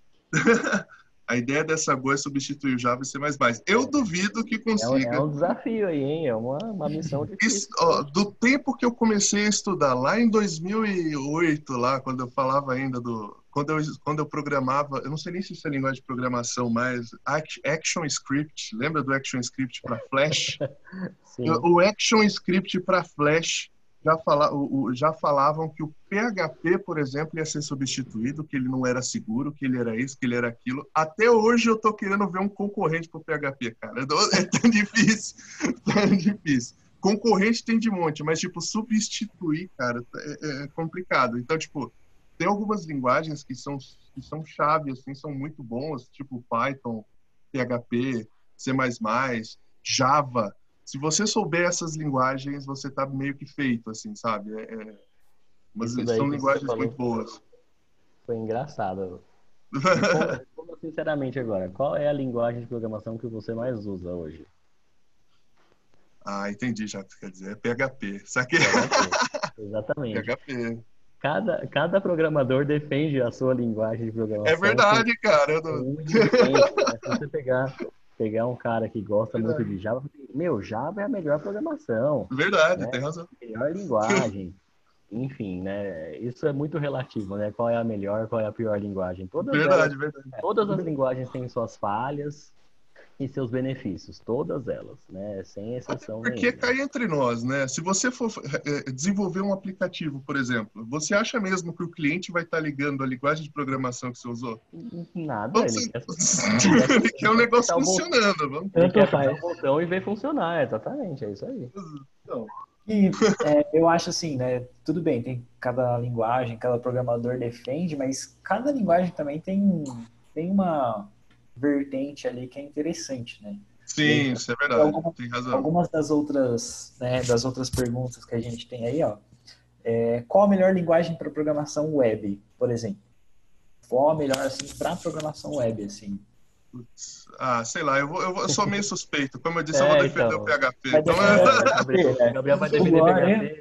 A ideia dessa Go é substituir o Java e C mais mais. Eu duvido que É um, consiga. é um desafio aí, hein? É uma, uma missão difícil. Isso, ó, do tempo que eu comecei a estudar, lá em dois mil e oito, lá, quando eu falava ainda do... Quando eu, quando eu programava, eu não sei nem se isso é linguagem de programação, mas Action Script, lembra do Action Script para Flash? Sim. O Action Script para Flash já, fala, o, já falavam que o P H P, por exemplo, ia ser substituído, que ele não era seguro, que ele era isso, que ele era aquilo. Até hoje eu tô querendo ver um concorrente pro P H P, cara. É tão difícil, tão difícil. Concorrente tem de monte, mas, tipo, substituir, cara, é, é complicado. Então, tipo, tem algumas linguagens que são, que são chave, assim, são muito boas, tipo Python, P H P, C mais mais, Java. Se você souber essas linguagens, você tá meio que feito, assim, sabe? É, é... Mas Isso daí são que linguagens você falou muito boas. Foi engraçado. Responda, responda sinceramente agora, qual é a linguagem de programação que você mais usa hoje? Ah, entendi já o que você quer dizer. É P H P. Saquei. P H P. Exatamente. P H P. Cada, cada programador defende a sua linguagem de programação. É verdade, cara. Eu com não... um defende, né? Se você pegar, pegar um cara que gosta Verdade. muito de Java, meu, Java é a melhor programação, Verdade, né? tem razão. Melhor linguagem. Enfim, né? Isso é muito relativo, né? Qual é a melhor, qual é a pior linguagem. Todas Verdade, elas, verdade. todas as linguagens têm suas falhas e seus benefícios, todas elas, né? Sem exceção Porque nenhuma. cai entre nós, né? Se você for é, desenvolver um aplicativo, por exemplo, você acha mesmo que o cliente vai estar ligando a linguagem de programação que você usou? Nada, Vamos ele ser- quer, Ele quer o negócio apertar o botão. funcionando. Vamos... ele Tanto quer apertar faz. o botão e ver funcionar, exatamente, é isso aí. Então, E é, eu acho assim, né? Tudo bem, tem cada linguagem, cada programador defende, mas cada linguagem também tem, tem uma vertente ali que é interessante, né? sim, isso é verdade. Alguma- Tem razão. Algumas das outras, né, das outras perguntas que a gente tem aí, ó. É, qual a melhor linguagem para programação web, por exemplo? Qual a melhor assim para programação web, assim? Ah, sei lá, eu, vou, eu, vou- eu sou meio suspeito. Como eu disse, eu É, vou defender então. o P H P. Vai Então, defender. É, Gabriel, Gabriel vai defender Boa, P H P.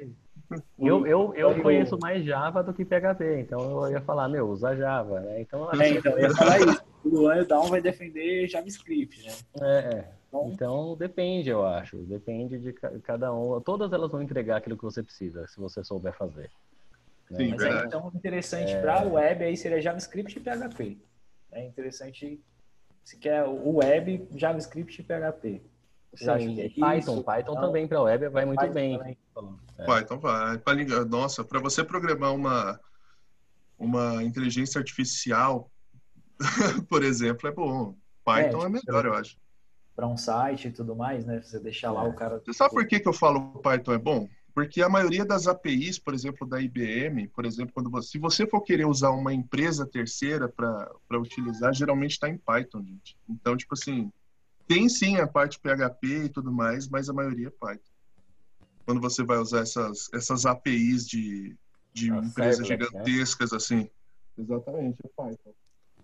Eu, eu, eu Eu- conheço mais Java do que P H P, então eu ia falar, meu, usa Java, né? Então, acho É, que então, eu ia falar isso. O Luan e o Down vai defender JavaScript, né? é, Então, então depende, eu acho. Depende de ca- cada um. Todas elas vão entregar aquilo que você precisa, se você souber fazer. né? Sim, mas aí, verdade. então, interessante para o web aí seria JavaScript e P H P. É interessante, se quer o web, JavaScript e P H P. Vocês acham Sim, que é Python, isso? Python Não? também para web vai muito Python bem. também. É. Python vai. Pra ligar- Nossa, para você programar uma, uma inteligência artificial, por exemplo, é bom. É, Python é, tipo, melhor, eu acho. para um site e tudo mais, né? Você deixar lá É. o cara. Você sabe por que, que eu falo que o Python é bom? Porque a maioria das A P Is, por exemplo, da I B M, por exemplo, quando você, se você for querer usar uma empresa terceira para utilizar, geralmente está em Python, gente. Então, tipo assim, tem sim a parte P H P e tudo mais, mas a maioria é Python. Quando você vai usar essas, essas A P Is de, de Ah, empresas serverless, né? gigantescas, assim. Exatamente, é Python.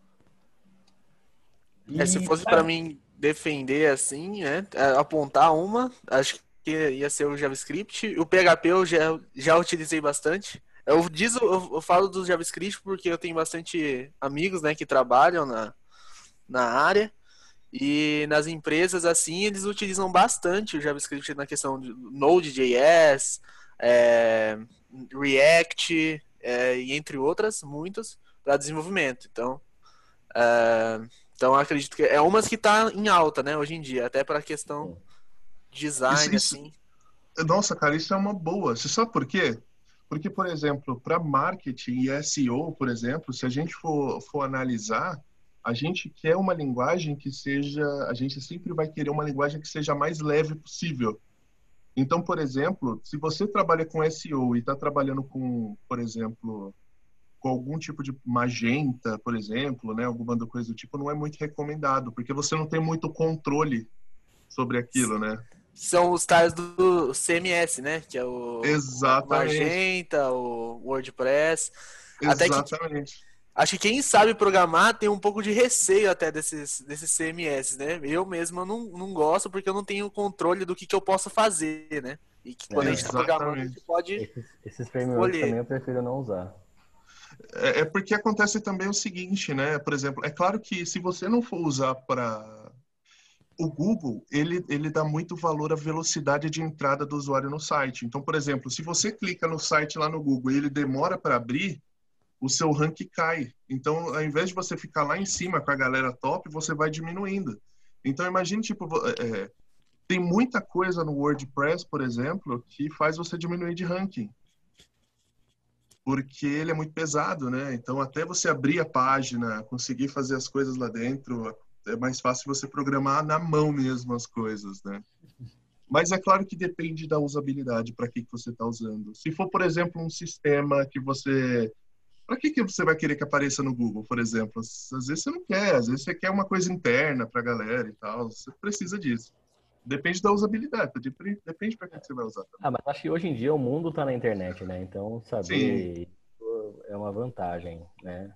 É, se E, fosse cara, pra mim defender assim, né, é, apontar uma, acho que ia ser o JavaScript. O P H P eu já, já utilizei bastante. Eu, diz, eu, eu falo do JavaScript porque eu tenho bastante amigos, né, que trabalham na, na área. E nas empresas, assim, eles utilizam bastante o JavaScript na questão de Node.js, é, React, é, e entre outras, muitas, para desenvolvimento. Então, é, então acredito que é umas que está em alta, né, hoje em dia, até para a questão Sim. de design, Isso, isso, assim. nossa, cara, isso é uma boa. Você sabe por quê? Porque, por exemplo, para marketing e S E O, por exemplo, se a gente for, for analisar, a gente quer uma linguagem que seja, a gente sempre vai querer uma linguagem que seja a mais leve possível. Então, por exemplo, se você trabalha com S E O e está trabalhando com, por exemplo, com algum tipo de Magenta, por exemplo, né, alguma coisa do tipo, não é muito recomendado, porque você não tem muito controle sobre aquilo, né? São os tais do C M S, né, que é o Exatamente, Magenta, o WordPress. Até que exatamente. acho que quem sabe programar tem um pouco de receio até desses, desses C M S, né? Eu mesmo não, não gosto porque eu não tenho controle do que, que eu posso fazer, né? E que quando a gente está programando, a gente Exatamente. pode Esses, esses frameworks escolher. também eu prefiro não usar. É, é porque acontece também o seguinte, né? Por exemplo, é claro que se você não for usar para o Google, ele, ele dá muito valor à velocidade de entrada do usuário no site. Então, por exemplo, se você clica no site lá no Google e ele demora para abrir, o seu rank cai. Então, ao invés de você ficar lá em cima com a galera top, você vai diminuindo. Então, imagine, tipo, é, tem muita coisa no WordPress, por exemplo, que faz você diminuir de ranking. Porque ele é muito pesado, né? Então, até você abrir a página, conseguir fazer as coisas lá dentro, é mais fácil você programar na mão mesmo as coisas, né? Mas é claro que depende da usabilidade, para que, que você está usando. Se for, por exemplo, um sistema que você... Para que, que você vai querer que apareça no Google, por exemplo? Às vezes você não quer, às vezes você quer uma coisa interna para a galera e tal. Você precisa disso. Depende da usabilidade, depende para que você vai usar também. Ah, mas acho que hoje em dia o mundo está na internet, né? Então saber Sim. isso é uma vantagem, né?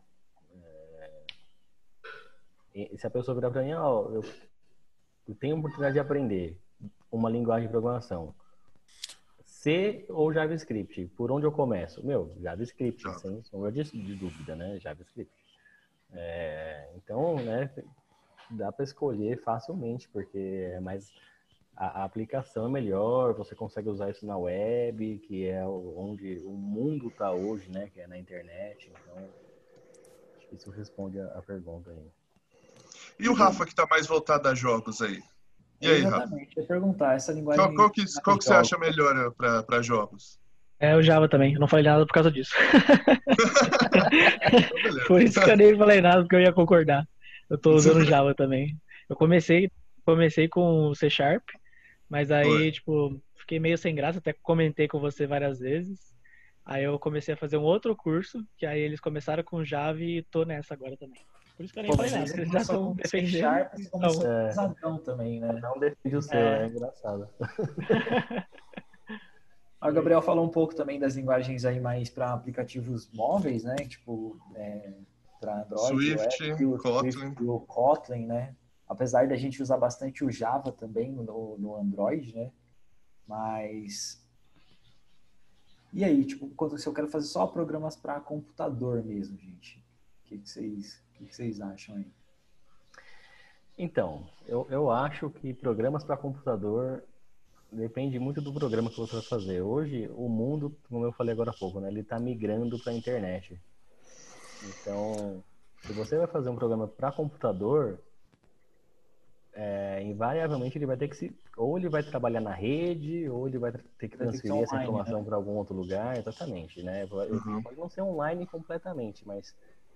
É... E se a pessoa virar para mim, ó, eu, eu tenho a oportunidade de aprender uma linguagem de programação, C ou JavaScript, por onde eu começo? Meu, JavaScript, Java. sem sombra de, de dúvida, né? JavaScript. É, então, né, dá para escolher facilmente, porque é mais... A, a aplicação é melhor, você consegue usar isso na web, que é onde o mundo está hoje, né? Que é na internet. Então, acho que isso responde a, a pergunta aí. E o Rafa, que está mais voltado a jogos aí? E aí, Rafa? Exatamente, eu ia perguntar, essa linguagem... Qual, qual que, qual que você acha melhor para jogos? É o Java também, eu não falei nada por causa disso. Então, beleza. Por isso que eu nem falei nada, porque eu ia concordar. Eu tô usando Java também. Eu comecei, comecei com o C Sharp, mas aí, Foi. tipo, fiquei meio sem graça, até comentei com você várias vezes. Aí eu comecei a fazer um outro curso, que aí eles começaram com Java e tô nessa agora também. Por isso que eu nem Pô, falei mas nada, aí eles você já começou estão com C defendendo. Sharp, você começou É. pesadão também, né? Não defende o seu, É. é, engraçado. O Gabriel falou um pouco também das linguagens aí mais para aplicativos móveis, né? Tipo, é, para Android, Swift, o, App, o Kotlin. Swift e o Kotlin, né? Apesar da gente usar bastante o Java também no, no Android, né? Mas E aí, tipo, quando se eu quero fazer só programas para computador mesmo, gente, o que, que, vocês, o que, que vocês acham aí? Então, eu, eu acho que programas para computador depende muito do programa que você vai fazer. Hoje, o mundo, como eu falei agora há pouco, né, ele está migrando para a internet. Então, se você vai fazer um programa para computador, é, invariavelmente ele vai ter que se... Ou ele vai trabalhar na rede, ou ele vai ter que Vai ter que ser transferir essa online, informação né? para algum outro lugar, exatamente, né? Uhum. Pode não ser online completamente, mas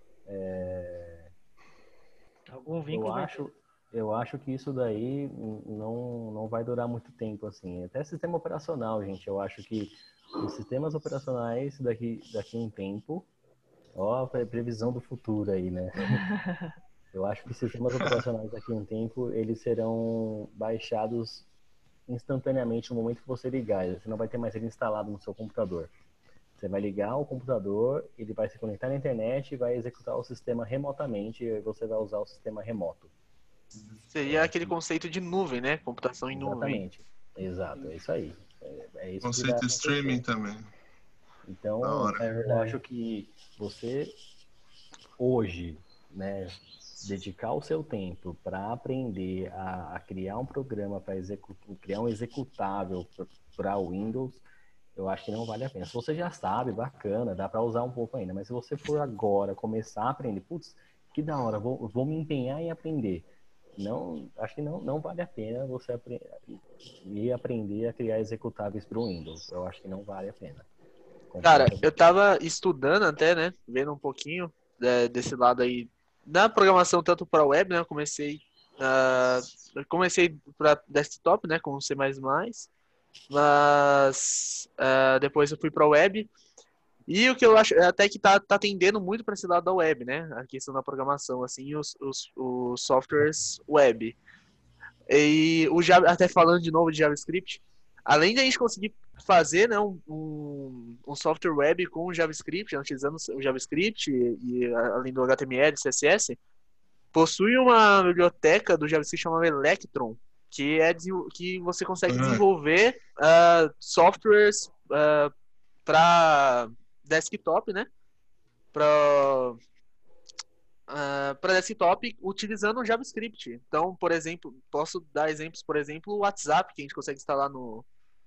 é, Algum eu vínculo vai acho, eu acho que isso daí não, não vai durar muito tempo, assim. Até sistema operacional, gente, eu acho que os sistemas operacionais daqui, daqui a um tempo, ó, a pre- previsão do futuro aí, né? Eu acho que sistemas operacionais daqui a um tempo, eles serão baixados instantaneamente no momento que você ligar. Você não vai ter mais ele instalado no seu computador. Você vai ligar o computador, ele vai se conectar na internet e vai executar o sistema remotamente e você vai usar o sistema remoto. Seria aquele conceito de nuvem, né? Computação em nuvem. Exatamente. Exato, é isso aí. É, é isso que vai Conceito streaming acontecer. também. Da Então, hora. É eu verdade. acho que você hoje, né, dedicar o seu tempo para aprender a, a criar um programa para executar, criar um executável para Windows, eu acho que não vale a pena. Se você já sabe, bacana, dá para usar um pouco ainda, mas se você for agora começar a aprender, putz, que da hora, vou, vou me empenhar em aprender. Não, acho que não, não vale a pena você apre ir aprender a criar executáveis para o Windows. Eu acho que não vale a pena. Cara, Compensa. eu tava estudando até, né? Vendo um pouquinho é, desse lado aí da programação, tanto para web, né? Eu comecei, ah, eu comecei para desktop, né? Com C mais mais, mas ah, depois eu fui para web. E o que eu acho é até que tá, tá tendendo muito para esse lado da web, né? A questão da programação, assim, os, os, os softwares web. E o Java, até falando de novo de JavaScript, além de a gente conseguir fazer, né, um, um, um software web com JavaScript, né, utilizando o JavaScript e, e além do H T M L, C S S, possui uma biblioteca do JavaScript chamada Electron, que é que você consegue Ah, desenvolver uh, softwares uh, para desktop, né? Para uh, para desktop utilizando o JavaScript. Então, por exemplo, posso dar exemplos, por exemplo, o WhatsApp, que a gente consegue instalar no,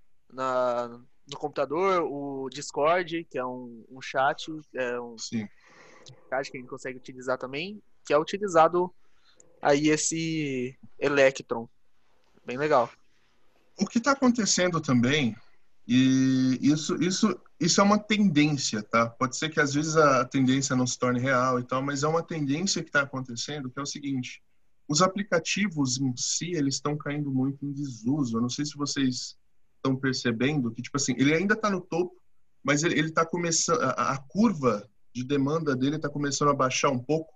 na, no computador, o Discord, que é um, um chat, é um sim. chat que a gente consegue utilizar também, que é utilizado aí esse Electron. Bem legal. O que está acontecendo também, e isso, isso, isso é uma tendência, tá? Pode ser que às vezes a tendência não se torne real e tal, mas é uma tendência que está acontecendo, que é o seguinte: os aplicativos em si, eles estão caindo muito em desuso. Eu não sei se vocês estão percebendo que, tipo assim, ele ainda está no topo, mas ele está começando, a, a curva de demanda dele está começando a baixar um pouco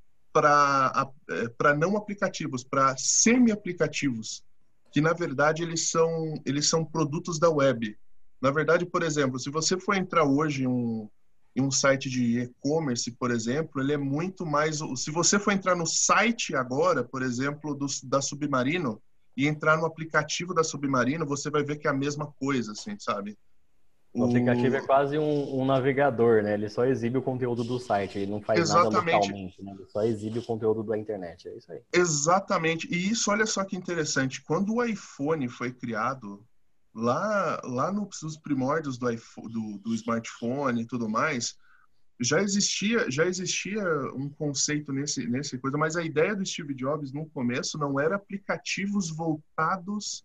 para para não aplicativos, para semi-aplicativos, que na verdade eles são eles são produtos da web. Na verdade, por exemplo, se você for entrar hoje em um, em um site de e-commerce, por exemplo, ele é muito mais... Se você for entrar no site agora, por exemplo, do, da Submarino, e entrar no aplicativo da Submarino, você vai ver que é a mesma coisa, assim, sabe? O aplicativo é O... quase um, um navegador, né? Ele só exibe o conteúdo do site, ele não faz nada Exatamente. localmente, né? Ele só exibe o conteúdo da internet, é isso aí. Exatamente. E isso, olha só que interessante. Quando o iPhone foi criado, lá, lá nos primórdios do, iPhone, do, do smartphone e tudo mais, já existia, já existia um conceito nesse, nesse coisa, mas a ideia do Steve Jobs no começo não era aplicativos voltados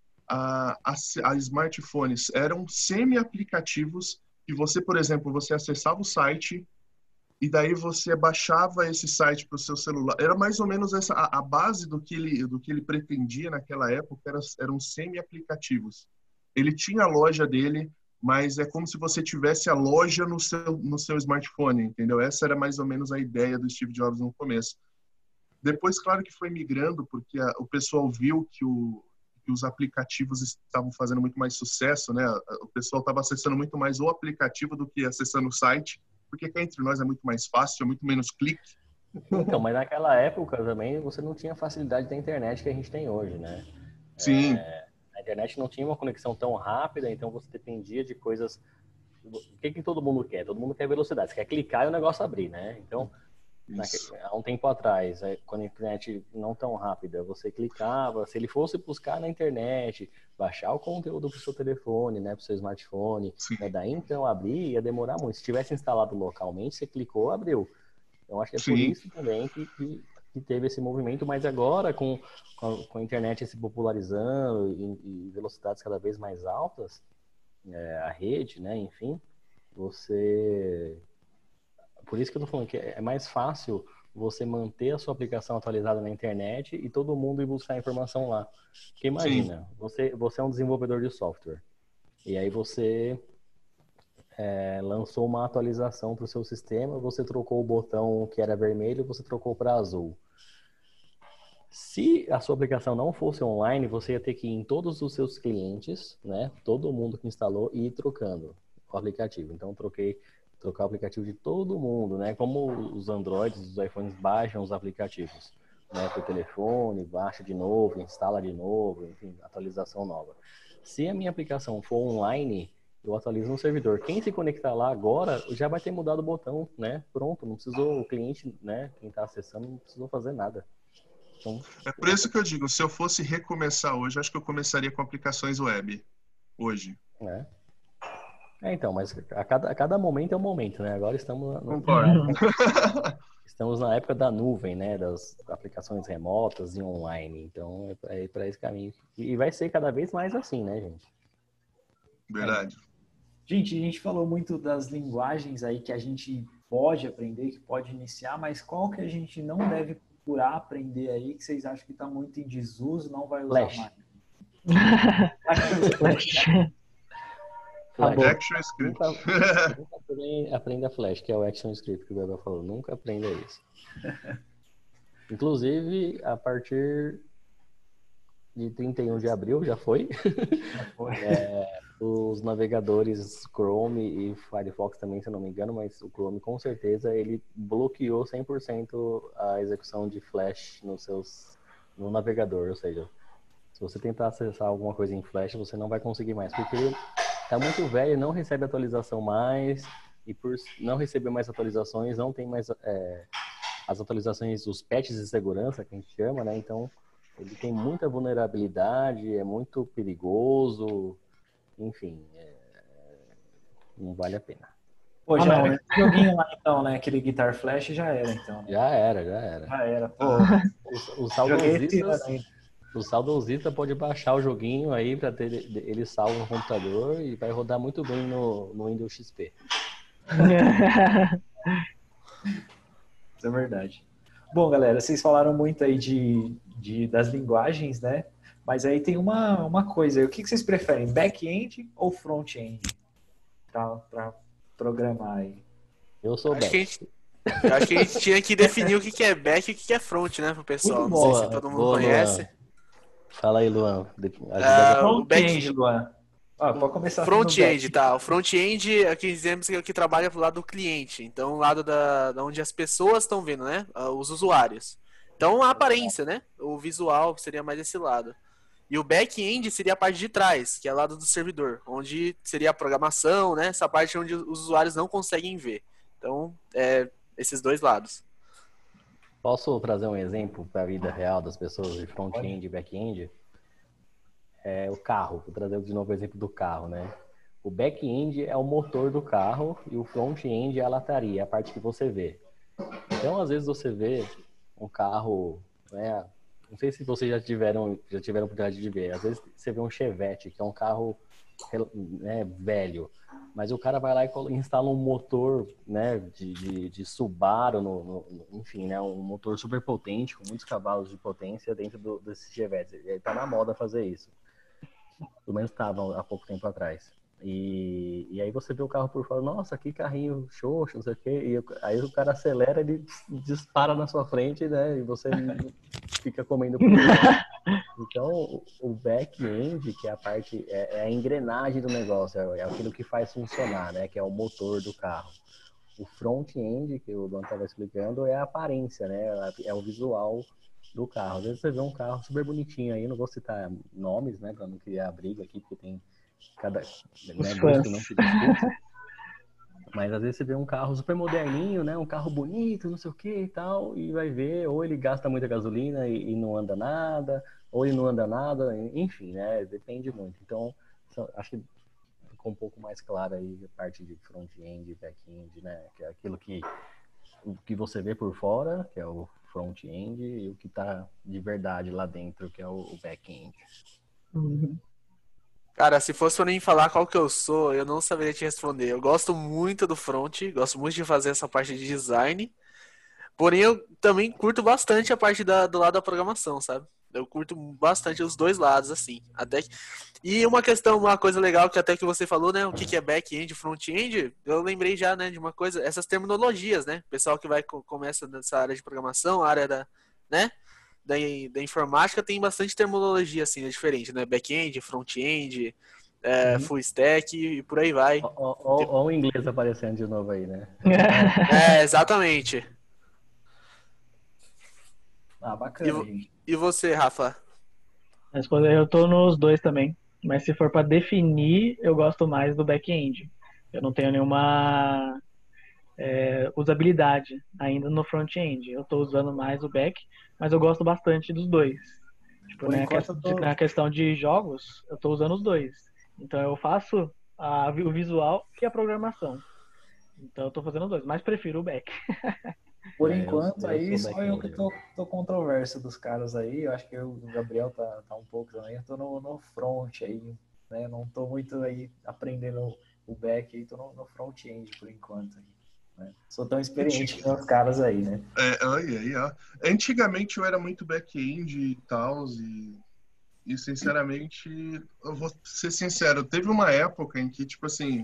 a, a, a smartphones, eram semi-aplicativos que você, por exemplo, você acessava o site e daí você baixava esse site para o seu celular. Era mais ou menos essa a, a base do que ele do que ele pretendia naquela época, era, eram semi-aplicativos. Ele tinha a loja dele, mas é como se você tivesse a loja no seu no seu smartphone, entendeu? Essa era mais ou menos a ideia do Steve Jobs no começo. Depois, claro que foi migrando, porque a, o pessoal viu que, o, que os aplicativos estavam fazendo muito mais sucesso, né? O pessoal estava acessando muito mais o aplicativo do que acessando o site, porque cá entre nós é muito mais fácil, é muito menos clique. Então, mas naquela época também você não tinha a facilidade da internet que a gente tem hoje, né? Sim. É, a internet não tinha uma conexão tão rápida, então você dependia de coisas o que, que todo mundo quer? Todo mundo quer velocidade. Você quer clicar e o negócio abrir, né? Então, Isso. há um tempo atrás, quando a internet não tão rápida, você clicava, se ele fosse buscar na internet, baixar o conteúdo para o seu telefone, né, para o seu smartphone, né, daí então abrir ia demorar muito. Se tivesse instalado localmente, você clicou, abriu. Então acho que é por Sim. isso também que, que, que teve esse movimento, mas agora com, com, a, com a internet se popularizando e, e velocidades cada vez mais altas, é, a rede, né, enfim, você... Por isso que eu tô falando que é mais fácil você manter a sua aplicação atualizada na internet e todo mundo ir buscar informação lá. Porque imagina, você, você é um desenvolvedor de software e aí você é, lançou uma atualização para o seu sistema, você trocou o botão que era vermelho, você trocou para azul. Se a sua aplicação não fosse online, você ia ter que ir em todos os seus clientes, né? Todo mundo que instalou e ir trocando o aplicativo. Então, eu troquei trocar o aplicativo de todo mundo, né? Como os Androids, os iPhones baixam os aplicativos, né? Por telefone, baixa de novo, instala de novo, enfim, atualização nova. Se a minha aplicação for online, eu atualizo no servidor. Quem se conectar lá agora já vai ter mudado o botão, né? Pronto, não precisou o cliente, né? Quem está acessando não precisou fazer nada. Então, É por isso que eu digo, se eu fosse recomeçar hoje, acho que eu começaria com aplicações web. Hoje. né? É, então, mas a cada, a cada momento é um momento, né? Agora estamos no, Concordo. estamos na época da nuvem, né? Das aplicações remotas e online. Então, é para esse caminho. E vai ser cada vez mais assim, né, gente? Verdade. Gente, a gente falou muito das linguagens aí que a gente pode aprender, que pode iniciar, mas qual que a gente não deve procurar aprender aí, que vocês acham que está muito em desuso, não vai usar Flash. mais? Flash. Flash. bom. ActionScript. Nunca, nunca aprenda, aprenda Flash, que é o ActionScript que o Gabriel falou. Nunca aprenda isso. Inclusive, a partir de trinta e um de abril, já foi, é, os navegadores Chrome e Firefox também, se eu não me engano, mas o Chrome com certeza ele bloqueou cem por cento a execução de Flash nos seus, no navegador, ou seja, se você tentar acessar alguma coisa em Flash, você não vai conseguir mais, porque ele tá muito velho, não recebe atualização mais, e por não receber mais atualizações, não tem mais é, as atualizações, os patches de segurança, que a gente chama, né? Então, ele tem muita vulnerabilidade, é muito perigoso, enfim, é, não vale a pena. Pô, Ah, já não, era é. aquele joguinho lá então, né? Aquele Guitar Flash já era então. Né? Já era, já era. Já era, pô. Os, os Joguei esse saudosistas, ano ainda. o saudosista pode baixar o joguinho aí para ter ele salvo no computador e vai rodar muito bem no, no Windows X P. Isso é verdade. Bom, galera, vocês falaram muito aí de, de, das linguagens, né? Mas aí tem uma, uma coisa. O que, que vocês preferem? Back-end ou front-end? Para programar aí. Eu sou Acho que, a back. gente, eu acho que a gente tinha que definir o que que é back e o que que é front, né, pro pessoal. Muito Não sei boa, se todo mundo boa, conhece. Luan. Fala aí, Luan. De- ajuda Ah, a- o back- Front-end, Luan. Ó, pode começar no Front-end, back. tá? O front-end é que dizemos que é o que trabalha pro lado do cliente. Então, o lado da, da onde as pessoas estão vendo, né? Ah, os usuários. Então, a aparência, né? O visual seria mais esse lado. E o back-end seria a parte de trás, que é o lado do servidor, onde seria a programação, né? Essa parte onde os usuários não conseguem ver. Então, é esses dois lados. Posso trazer um exemplo para a vida real das pessoas de front-end e back-end? É o carro. Vou trazer de novo o exemplo do carro, né? O back-end é o motor do carro e o front-end é a lataria, a parte que você vê. Então, às vezes você vê um carro, né? Não sei se vocês já tiveram, já tiveram a oportunidade de ver. Às vezes você vê um Chevette, que é um carro, né, velho, mas o cara vai lá e colo- instala um motor, né, de, de, de Subaru, no, no- enfim, né, um motor super potente, com muitos cavalos de potência dentro do, desse Chevette. Ele tá na moda fazer isso. Pelo menos estava há pouco tempo atrás. E, e aí você vê o carro por fora, nossa, que carrinho xoxo, não sei o quê. E o- aí o cara acelera, ele dispara na sua frente, né? E você fica comendo por dentro. Então, o- o back-end, que é a parte, é, é a engrenagem do negócio, é, é aquilo que faz funcionar, né? Que é o motor do carro. O front-end, que o Don estava explicando, é a aparência, né? É o visual do carro. Às vezes você vê um carro super bonitinho aí, não vou citar nomes, né? Para não criar briga aqui, porque tem cada, né, fãs. gosto não se discute. Mas às vezes você vê um carro super moderninho, né? Um carro bonito, não sei o que e tal, e vai ver, ou ele gasta muita gasolina e, e não anda nada, ou ele não anda nada, enfim, né? Depende muito. Então, acho que ficou um pouco mais claro aí a parte de front-end e back-end, né? Que é aquilo que, o que você vê por fora, que é o front-end, e o que está de verdade lá dentro, que é o, o back-end. Uhum. Cara, se fosse pra mim falar qual que eu sou, eu não saberia te responder. Eu gosto muito do front, gosto muito de fazer essa parte de design, porém eu também curto bastante a parte da, do lado da programação, sabe? Eu curto bastante os dois lados, assim. Até que... E uma questão, uma coisa legal que até que você falou, né? O que que é back-end, front-end, eu lembrei já, né, de uma coisa, essas terminologias, né? O pessoal que vai começa nessa área de programação, a área da, né? Da, da informática tem bastante terminologia, assim, é diferente, né? Back-end, front-end, é, Uhum. full stack e por aí vai. Ó, ó, ó, ó o inglês aparecendo de novo aí, né? É, exatamente. Ah, E, bacana, vo- gente. e você, Rafa? Mas quando eu tô nos dois também. Mas se for pra definir, eu gosto mais do back-end. Eu não tenho nenhuma é, usabilidade ainda no front-end. Eu tô usando mais o back, mas eu gosto bastante dos dois. Tipo, Por né, enquanto eu tô. na questão de jogos, eu tô usando os dois. Então eu faço a- o visual e a programação. Então eu tô fazendo os dois, mas prefiro o back. Por É, eu, enquanto, eu aí sou só eu que back-end. tô, tô controverso dos caras aí. Eu acho que eu, o Gabriel tá, tá um pouco também. Eu tô no, no front aí, né? Não tô muito aí aprendendo o back aí, tô no, no front-end por enquanto. Né? Sou tão experiente que os caras aí, né? É, aí, aí, ó. Antigamente eu era muito back-end e tal, e, e sinceramente, eu vou ser sincero, teve uma época em que, tipo assim,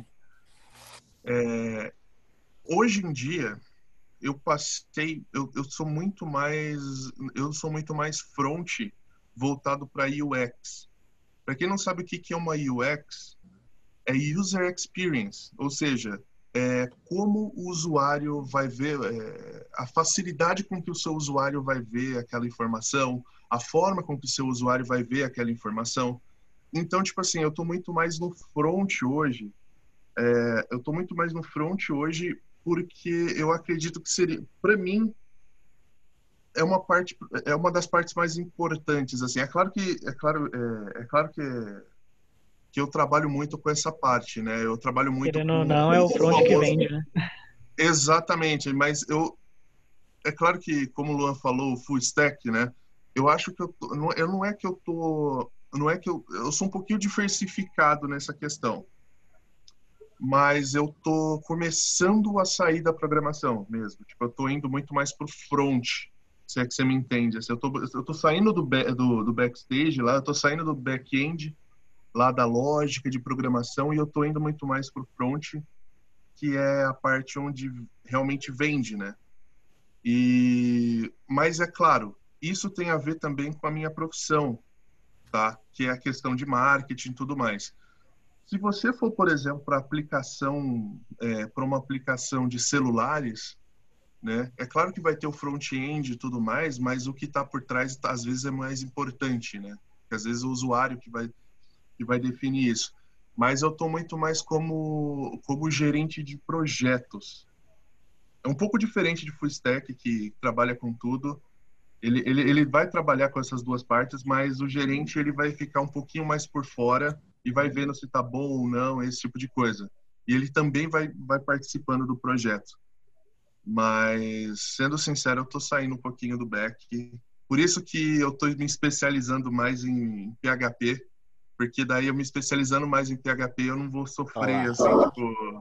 é, hoje em dia, eu passei, eu, eu sou muito mais, eu sou muito mais front voltado para U X. Para quem não sabe o que que é uma U X, é User Experience, ou seja, é como o usuário vai ver, é, a facilidade com que o seu usuário vai ver aquela informação, a forma com que o seu usuário vai ver aquela informação. Então, tipo assim, eu estou muito mais no front hoje, é, eu estou muito mais no front hoje porque eu acredito que seria, para mim, é uma parte, é uma das partes mais importantes, assim. É claro que, é claro, é, é claro que que eu trabalho muito com essa parte, né? Eu trabalho muito Querendo ou com não, é o o front que famoso... vende, né? Exatamente, mas eu... É claro que, como o Luan falou, o full stack, né? Eu acho que eu, tô... não, eu não é que eu tô... Não é que eu... Eu sou um pouquinho diversificado nessa questão. Mas eu tô começando a sair da programação mesmo. Tipo, eu tô indo muito mais pro front, se é que você me entende. Assim, eu, tô, eu tô saindo do, do, do backstage lá, eu tô saindo do back-end lá da lógica de programação e eu tô indo muito mais pro front, que é a parte onde realmente vende, né? E mas é claro, isso tem a ver também com a minha profissão, tá? Que é a questão de marketing e tudo mais. Se você for, por exemplo, para aplicação, é, para uma aplicação de celulares, né? É claro que vai ter o front-end e tudo mais, mas o que está por trás às vezes é mais importante, né? Porque às vezes é o usuário que vai que vai definir isso. Mas eu estou muito mais como, como gerente de projetos. É um pouco diferente de full stack, que trabalha com tudo. Ele, ele, ele vai trabalhar com essas duas partes, mas o gerente ele vai ficar um pouquinho mais por fora e vai vendo se está bom ou não, esse tipo de coisa. E ele também vai, vai participando do projeto. Mas, sendo sincero, eu estou saindo um pouquinho do back. Por isso que eu estou me especializando mais em P H P, porque daí eu me especializando mais em P H P, eu não vou sofrer, Olha lá. assim, tipo...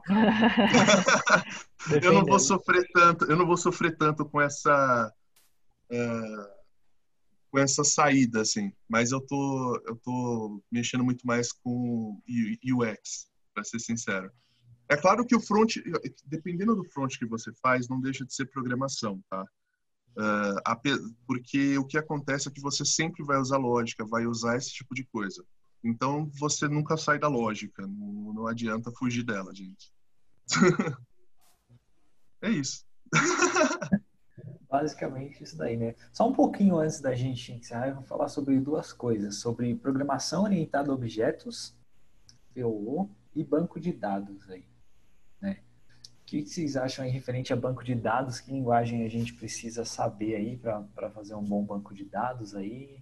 eu não vou Defendendo. sofrer tanto, eu não vou sofrer tanto com essa... É, com essa saída, assim. Mas eu tô, eu tô mexendo muito mais com U X, para ser sincero. É claro que o front, dependendo do front que você faz, não deixa de ser programação, tá? Uh, porque o que acontece é que você sempre vai usar lógica, vai usar esse tipo de coisa. Então, você nunca sai da lógica. Não, não adianta fugir dela, gente. É isso. Basicamente isso daí, né? Só um pouquinho antes da gente encerrar, eu vou falar sobre duas coisas. Sobre programação orientada a objetos, P O O, e banco de dados aí, né? que que vocês acham aí referente a banco de dados? Que linguagem a gente precisa saber aí para fazer um bom banco de dados aí?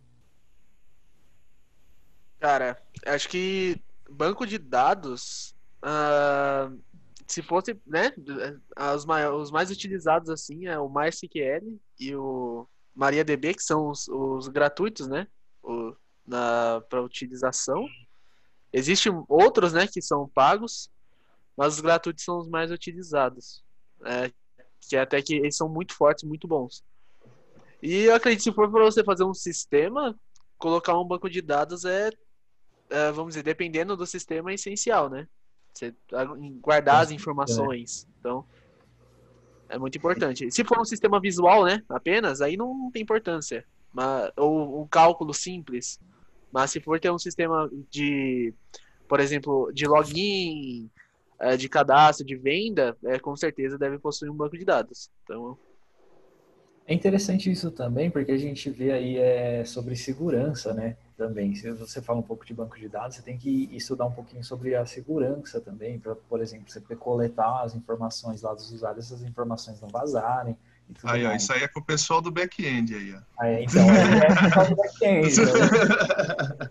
Cara, acho que banco de dados, ah, se fosse, né, os, mai- os mais utilizados assim é o MySQL e o MariaDB, que são os, os gratuitos, né, o, para utilização. Existem outros, né, que são pagos, mas os gratuitos são os mais utilizados. É, que até que eles são muito fortes, muito bons. E eu acredito que se for para você fazer um sistema, colocar um banco de dados é, é, vamos dizer, dependendo do sistema, é essencial, né? Você guardar as informações. Então, é muito importante. Se for um sistema visual, né, apenas, aí não tem importância. Mas, ou um cálculo simples. Mas se for ter um sistema de, por exemplo, de login, é, de cadastro, de venda, é, com certeza deve possuir um banco de dados. Então, É interessante isso também, porque a gente vê aí é, sobre segurança, né? Também, se você fala um pouco de banco de dados, você tem que estudar um pouquinho sobre a segurança também, para, por exemplo, você poder coletar as informações lá dos usuários, essas informações não vazarem e tudo Aí, ó, mais. isso aí é com o pessoal do back-end aí, ó. É, então, é, é só do back-end, né?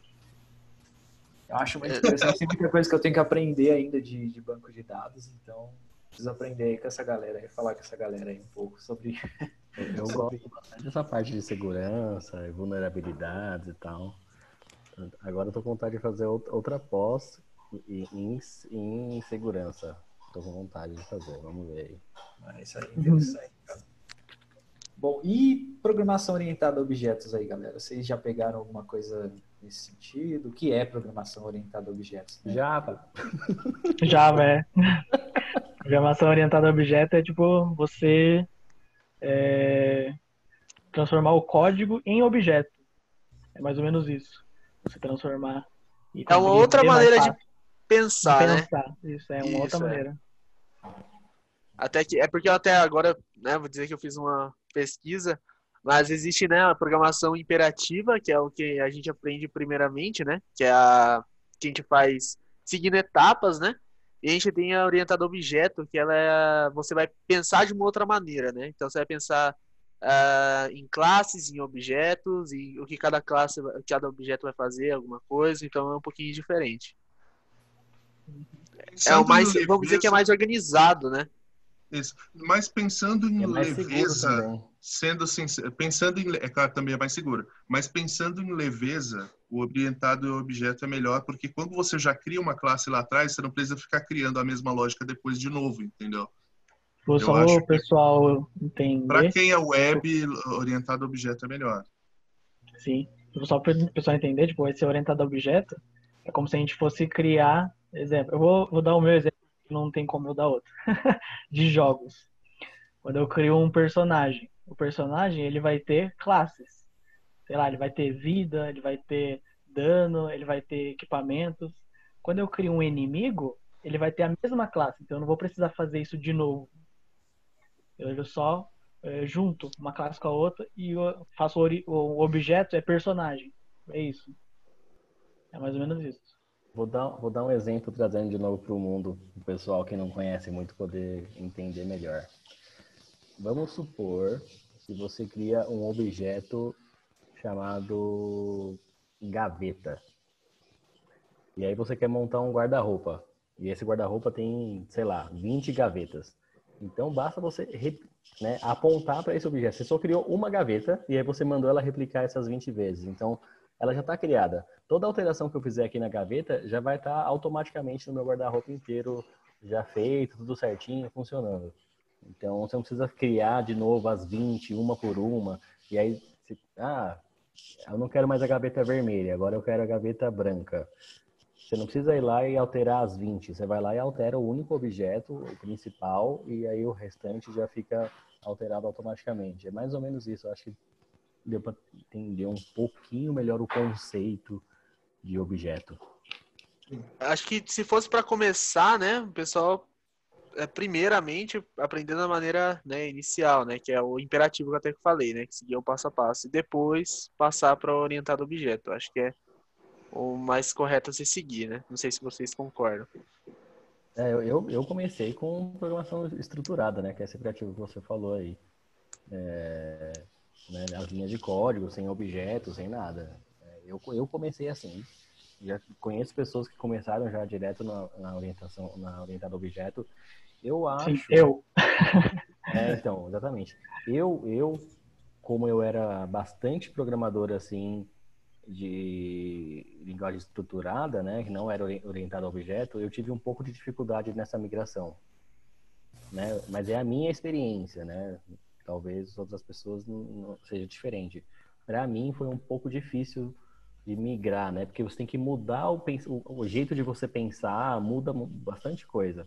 Eu acho muito interessante, tem muita coisa que eu tenho que aprender ainda de, de banco de dados, então preciso aprender aí com essa galera aí, falar com essa galera aí um pouco sobre... Eu gosto bastante dessa parte de segurança, vulnerabilidades e tal. Agora eu tô com vontade de fazer outra pós em, em, em segurança. Tô com vontade de fazer, vamos ver aí. Ah, isso aí é interessante, cara. Bom, e programação orientada a objetos aí, galera? Vocês já pegaram alguma coisa nesse sentido? O que é programação orientada a objetos? Né? Java. Java, é. Programação orientada a objeto é tipo você é, transformar o código em objeto. É mais ou menos isso. Você transformar. E é uma outra maneira de pensar, de né? pensar. Isso, é uma Isso, outra é. maneira. Até que, é porque eu até agora, né, vou dizer que eu fiz uma pesquisa, mas existe, né, a programação imperativa, que é o que a gente aprende primeiramente, né, que é a que a gente faz seguindo etapas, né, e a gente tem a orientada a objeto, que ela é, você vai pensar de uma outra maneira, né, então você vai pensar uh, em classes, em objetos, e o que cada classe, cada objeto vai fazer, alguma coisa, então é um pouquinho diferente. É o mais, vamos dizer que é mais organizado, né? Isso. Mas pensando em é mais leveza, sendo sincero, pensando em, é claro, também é mais seguro, mas pensando em leveza, o orientado ao objeto é melhor, porque quando você já cria uma classe lá atrás, você não precisa ficar criando a mesma lógica depois de novo, entendeu? Vou só o pessoal entender. Para quem é web, orientado ao objeto é melhor. Sim. Só para o pessoal entender, tipo, esse orientado a objeto é como se a gente fosse criar, exemplo, eu vou, vou dar o meu exemplo, não tem como eu dar outro, de jogos. Quando eu crio um personagem, o personagem ele vai ter classes. Sei lá, ele vai ter vida, ele vai ter dano, ele vai ter equipamentos. Quando eu crio um inimigo, ele vai ter a mesma classe, então eu não vou precisar fazer isso de novo. Eu só é, junto uma classe com a outra e eu faço o, o objeto é personagem. É isso. É mais ou menos isso. Vou dar, vou dar um exemplo trazendo de novo para o mundo, o pessoal que não conhece muito poder entender melhor. Vamos supor que você cria um objeto chamado gaveta. E aí você quer montar um guarda-roupa. E esse guarda-roupa tem, sei lá, vinte gavetas. Então basta você né, apontar para esse objeto. Você só criou uma gaveta e aí você mandou ela replicar essas vinte vezes. Então ela já está criada. Toda alteração que eu fizer aqui na gaveta já vai estar tá automaticamente no meu guarda-roupa inteiro, já feito, tudo certinho, funcionando. Então você não precisa criar de novo as vinte, uma por uma. E aí, você, ah, eu não quero mais a gaveta vermelha, agora eu quero a gaveta branca. Você não precisa ir lá e alterar as vinte. Você vai lá e altera o único objeto, o principal, e aí o restante já fica alterado automaticamente. É mais ou menos isso. Eu acho que deu para entender um pouquinho melhor o conceito de objeto. Acho que se fosse para começar, né, o pessoal, é, primeiramente, aprendendo da maneira né, inicial, né, que é o imperativo que eu até falei, né, que seguir o passo a passo, e depois passar para o orientado objeto. Acho que é o mais correto a se seguir, né? Não sei se vocês concordam. É, eu, eu eu comecei com programação estruturada, né? Que é esse aplicativo que você falou aí. É, né, as linhas de código, sem objetos, sem nada. É, eu, eu comecei assim. Já conheço pessoas que começaram já direto na, na orientação, na orientada a objeto. Eu Sim, acho. eu. É, então, exatamente. Eu, eu, como eu era bastante programador assim de linguagem estruturada, né, que não era ori- orientada a objeto, eu tive um pouco de dificuldade nessa migração, né? Mas é a minha experiência, né? Talvez outras pessoas não, não seja diferente. Para mim foi um pouco difícil de migrar, né? Porque você tem que mudar o, pens- o, o jeito de você pensar, muda mu- bastante coisa.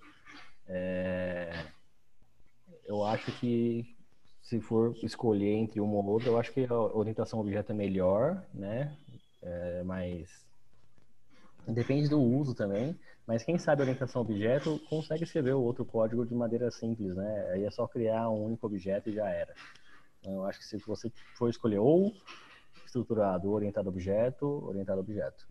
Eu acho que se for escolher entre uma ou outra, eu acho que a orientação a objeto é melhor, né? É mais depende do uso também, mas quem sabe orientação a objeto consegue escrever o outro código de maneira simples, né? Aí é só criar um único objeto e já era. Então, eu acho que se você for escolher ou estruturado ou orientado a objeto, orientado a objeto.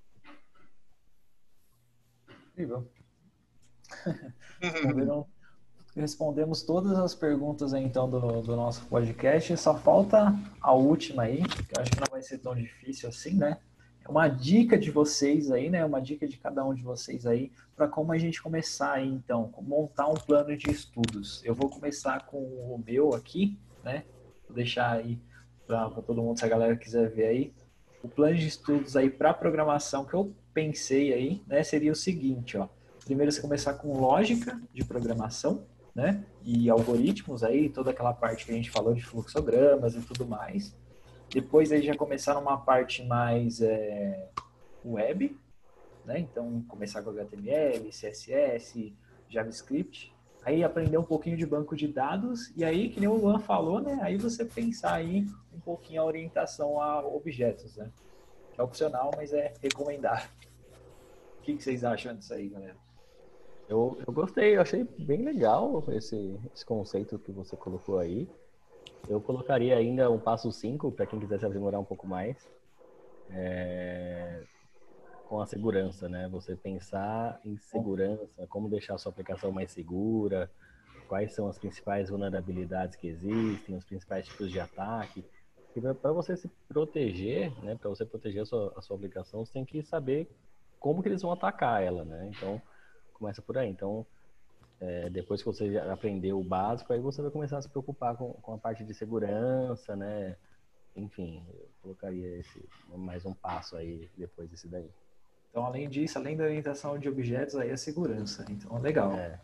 Incrível. Responderam, respondemos todas as perguntas aí, então, do, do nosso podcast. Só falta a última aí, que eu acho que não vai ser tão difícil assim, né? É uma dica de vocês aí, né? Uma dica de cada um de vocês aí para como a gente começar aí, então, montar um plano de estudos. Eu vou começar com o meu aqui, né? Vou deixar aí para todo mundo, se a galera quiser ver aí. O plano de estudos aí para programação que eu pensei aí, né? Seria o seguinte, ó. Primeiro você começar com lógica de programação, né? E algoritmos aí, toda aquela parte que a gente falou de fluxogramas e tudo mais. Depois aí já começar numa parte mais é, web, né? Então começar com H T M L, C S S, JavaScript. Aí aprender um pouquinho de banco de dados e aí, que nem o Luan falou, né? Aí você pensar aí um pouquinho a orientação a objetos, né? É opcional, mas é recomendado. O que, que vocês acham disso aí, galera? Eu, eu gostei, eu achei bem legal esse, esse conceito que você colocou aí. Eu colocaria ainda um passo cinco para quem quiser se aprimorar um pouco mais. É, com a segurança, né? Você pensar em segurança, como deixar a sua aplicação mais segura, quais são as principais vulnerabilidades que existem, os principais tipos de ataque. E para você se proteger, né? Para você proteger a sua, a sua aplicação, você tem que saber como que eles vão atacar ela, né? Então, começa por aí. Então, é, depois que você aprender o básico, aí você vai começar a se preocupar com, com a parte de segurança, né? Enfim, eu colocaria esse mais um passo aí depois desse daí. Então, além disso, além da orientação de objetos, aí a segurança. Então, legal. É.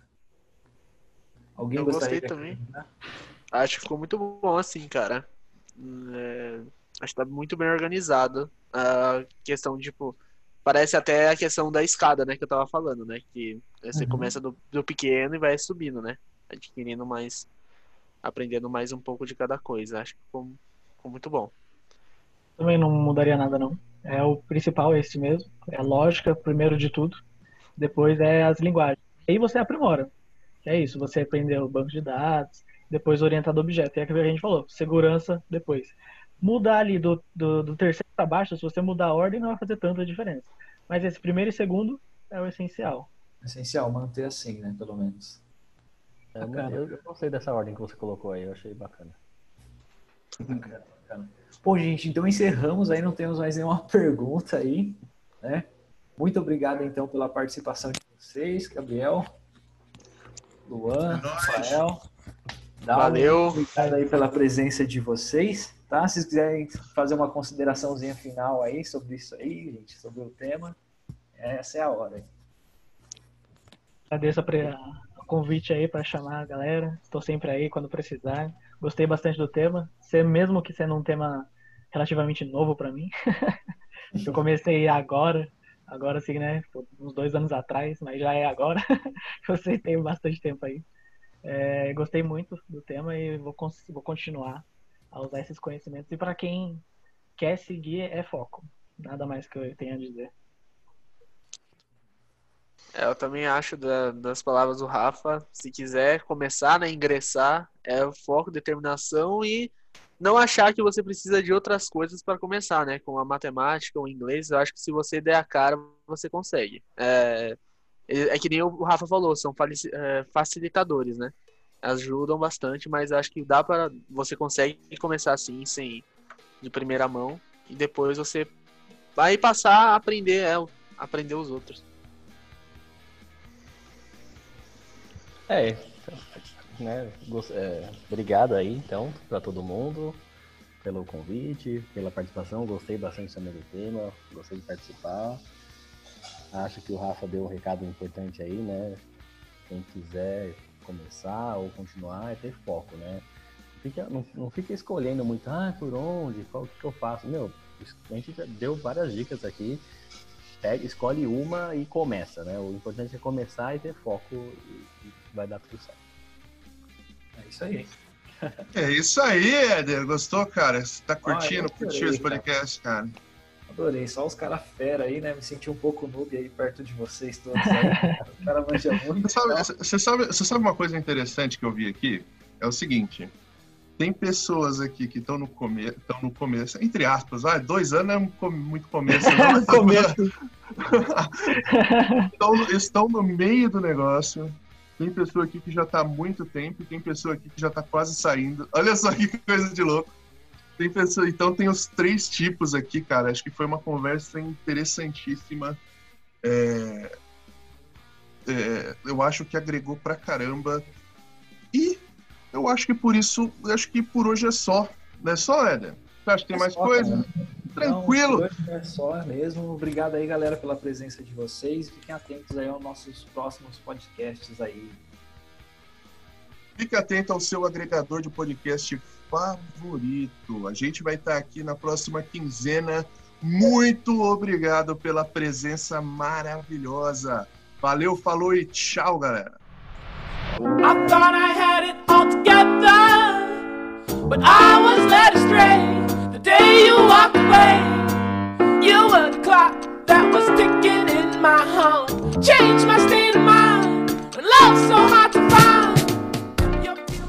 Alguém Eu gostaria gostei de também. acrescentar? Acho que ficou muito bom assim, cara. É, acho que tá muito bem organizado. A questão, tipo, parece até a questão da escada, né, que eu tava falando, né? Que você Uhum. começa do, do pequeno e vai subindo, né? Adquirindo mais, aprendendo mais um pouco de cada coisa. Acho que ficou, ficou muito bom. Também não mudaria nada, não. É o principal, é esse mesmo. É a lógica, primeiro de tudo. Depois é as linguagens. Aí você aprimora. É isso, você aprendeu o banco de dados, depois orientado a objeto. É aquilo que a gente falou, segurança depois. Mudar ali do, do, do terceiro para baixo, se você mudar a ordem, não vai fazer tanta diferença. Mas esse primeiro e segundo é o essencial. Essencial, manter assim, né? Pelo menos. É, Bacana. eu, eu gostei dessa ordem que você colocou aí, eu achei bacana. Bacana, bacana. Bom, gente, então encerramos aí, não temos mais nenhuma pergunta aí, né? Muito obrigado, então, pela participação de vocês, Gabriel, Luan, É nóis. Rafael. Dá Valeu. Obrigado aí pela presença de vocês, tá? Se vocês quiserem fazer uma consideraçãozinha final aí sobre isso aí, gente, sobre o tema, essa é a hora. Aí. Agradeço a pre- o convite aí para chamar a galera. Estou sempre aí quando precisar. Gostei bastante do tema, ser mesmo que sendo um tema relativamente novo para mim. Eu comecei agora, agora sim, né? Uns dois anos atrás, mas já é agora. Eu sei que tenho bastante tempo aí. É, gostei muito do tema e vou, cons- vou continuar a usar esses conhecimentos. E para quem quer seguir, é foco. Nada mais que eu tenha a dizer. É, eu também acho da- das palavras do Rafa, se quiser começar, né, ingressar, é o foco, determinação e não achar que você precisa de outras coisas para começar, né, como a matemática, o inglês, eu acho que se você der a cara, você consegue. É, É que nem o Rafa falou, são facilitadores, né? Ajudam bastante, mas acho que dá para você consegue começar assim, sem de primeira mão, e depois você vai passar a aprender, é, aprender os outros. É, né? É, obrigado aí, então, para todo mundo, pelo convite, pela participação. Gostei bastante também do tema, gostei de participar. Acho que o Rafa deu um recado importante aí, né? Quem quiser começar ou continuar é ter foco, né? Fica, não, não fica escolhendo muito, ah, por onde, qual que eu faço. Meu, a gente já deu várias dicas aqui. Pega, escolhe uma e começa, né? O importante é começar e ter foco e, e vai dar tudo certo. É isso aí. É isso aí, Éder. Gostou, cara? Você tá curtindo, Ah, curtiu esse podcast, cara? Adorei, só os caras fera aí, né? Me senti um pouco noob aí perto de vocês todos aí. O cara manja muito. Você sabe, você, sabe, você sabe uma coisa interessante que eu vi aqui? É o seguinte, tem pessoas aqui que estão no, come, no começo, entre aspas, ah, dois anos é um com, muito começo, não, mas Começo. estão, estão no meio do negócio. Tem pessoa aqui que já está há muito tempo, tem pessoa aqui que já está quase saindo. Olha só que coisa de louco. Tem pessoa, então tem os três tipos aqui, cara. Acho que foi uma conversa interessantíssima. É, é, eu acho que agregou pra caramba. E eu acho que por isso, eu acho que por hoje é só. Não é só, Éder? Você acha que tem É mais só, coisa? cara. Tranquilo. Não, por hoje é só mesmo. Obrigado aí, galera, pela presença de vocês. Fiquem atentos aí aos nossos próximos podcasts aí. Fique atento ao seu agregador de podcast favorito. A gente vai estar aqui na próxima quinzena. Muito obrigado pela presença maravilhosa. Valeu, falou e tchau, galera. I thought I had it all together.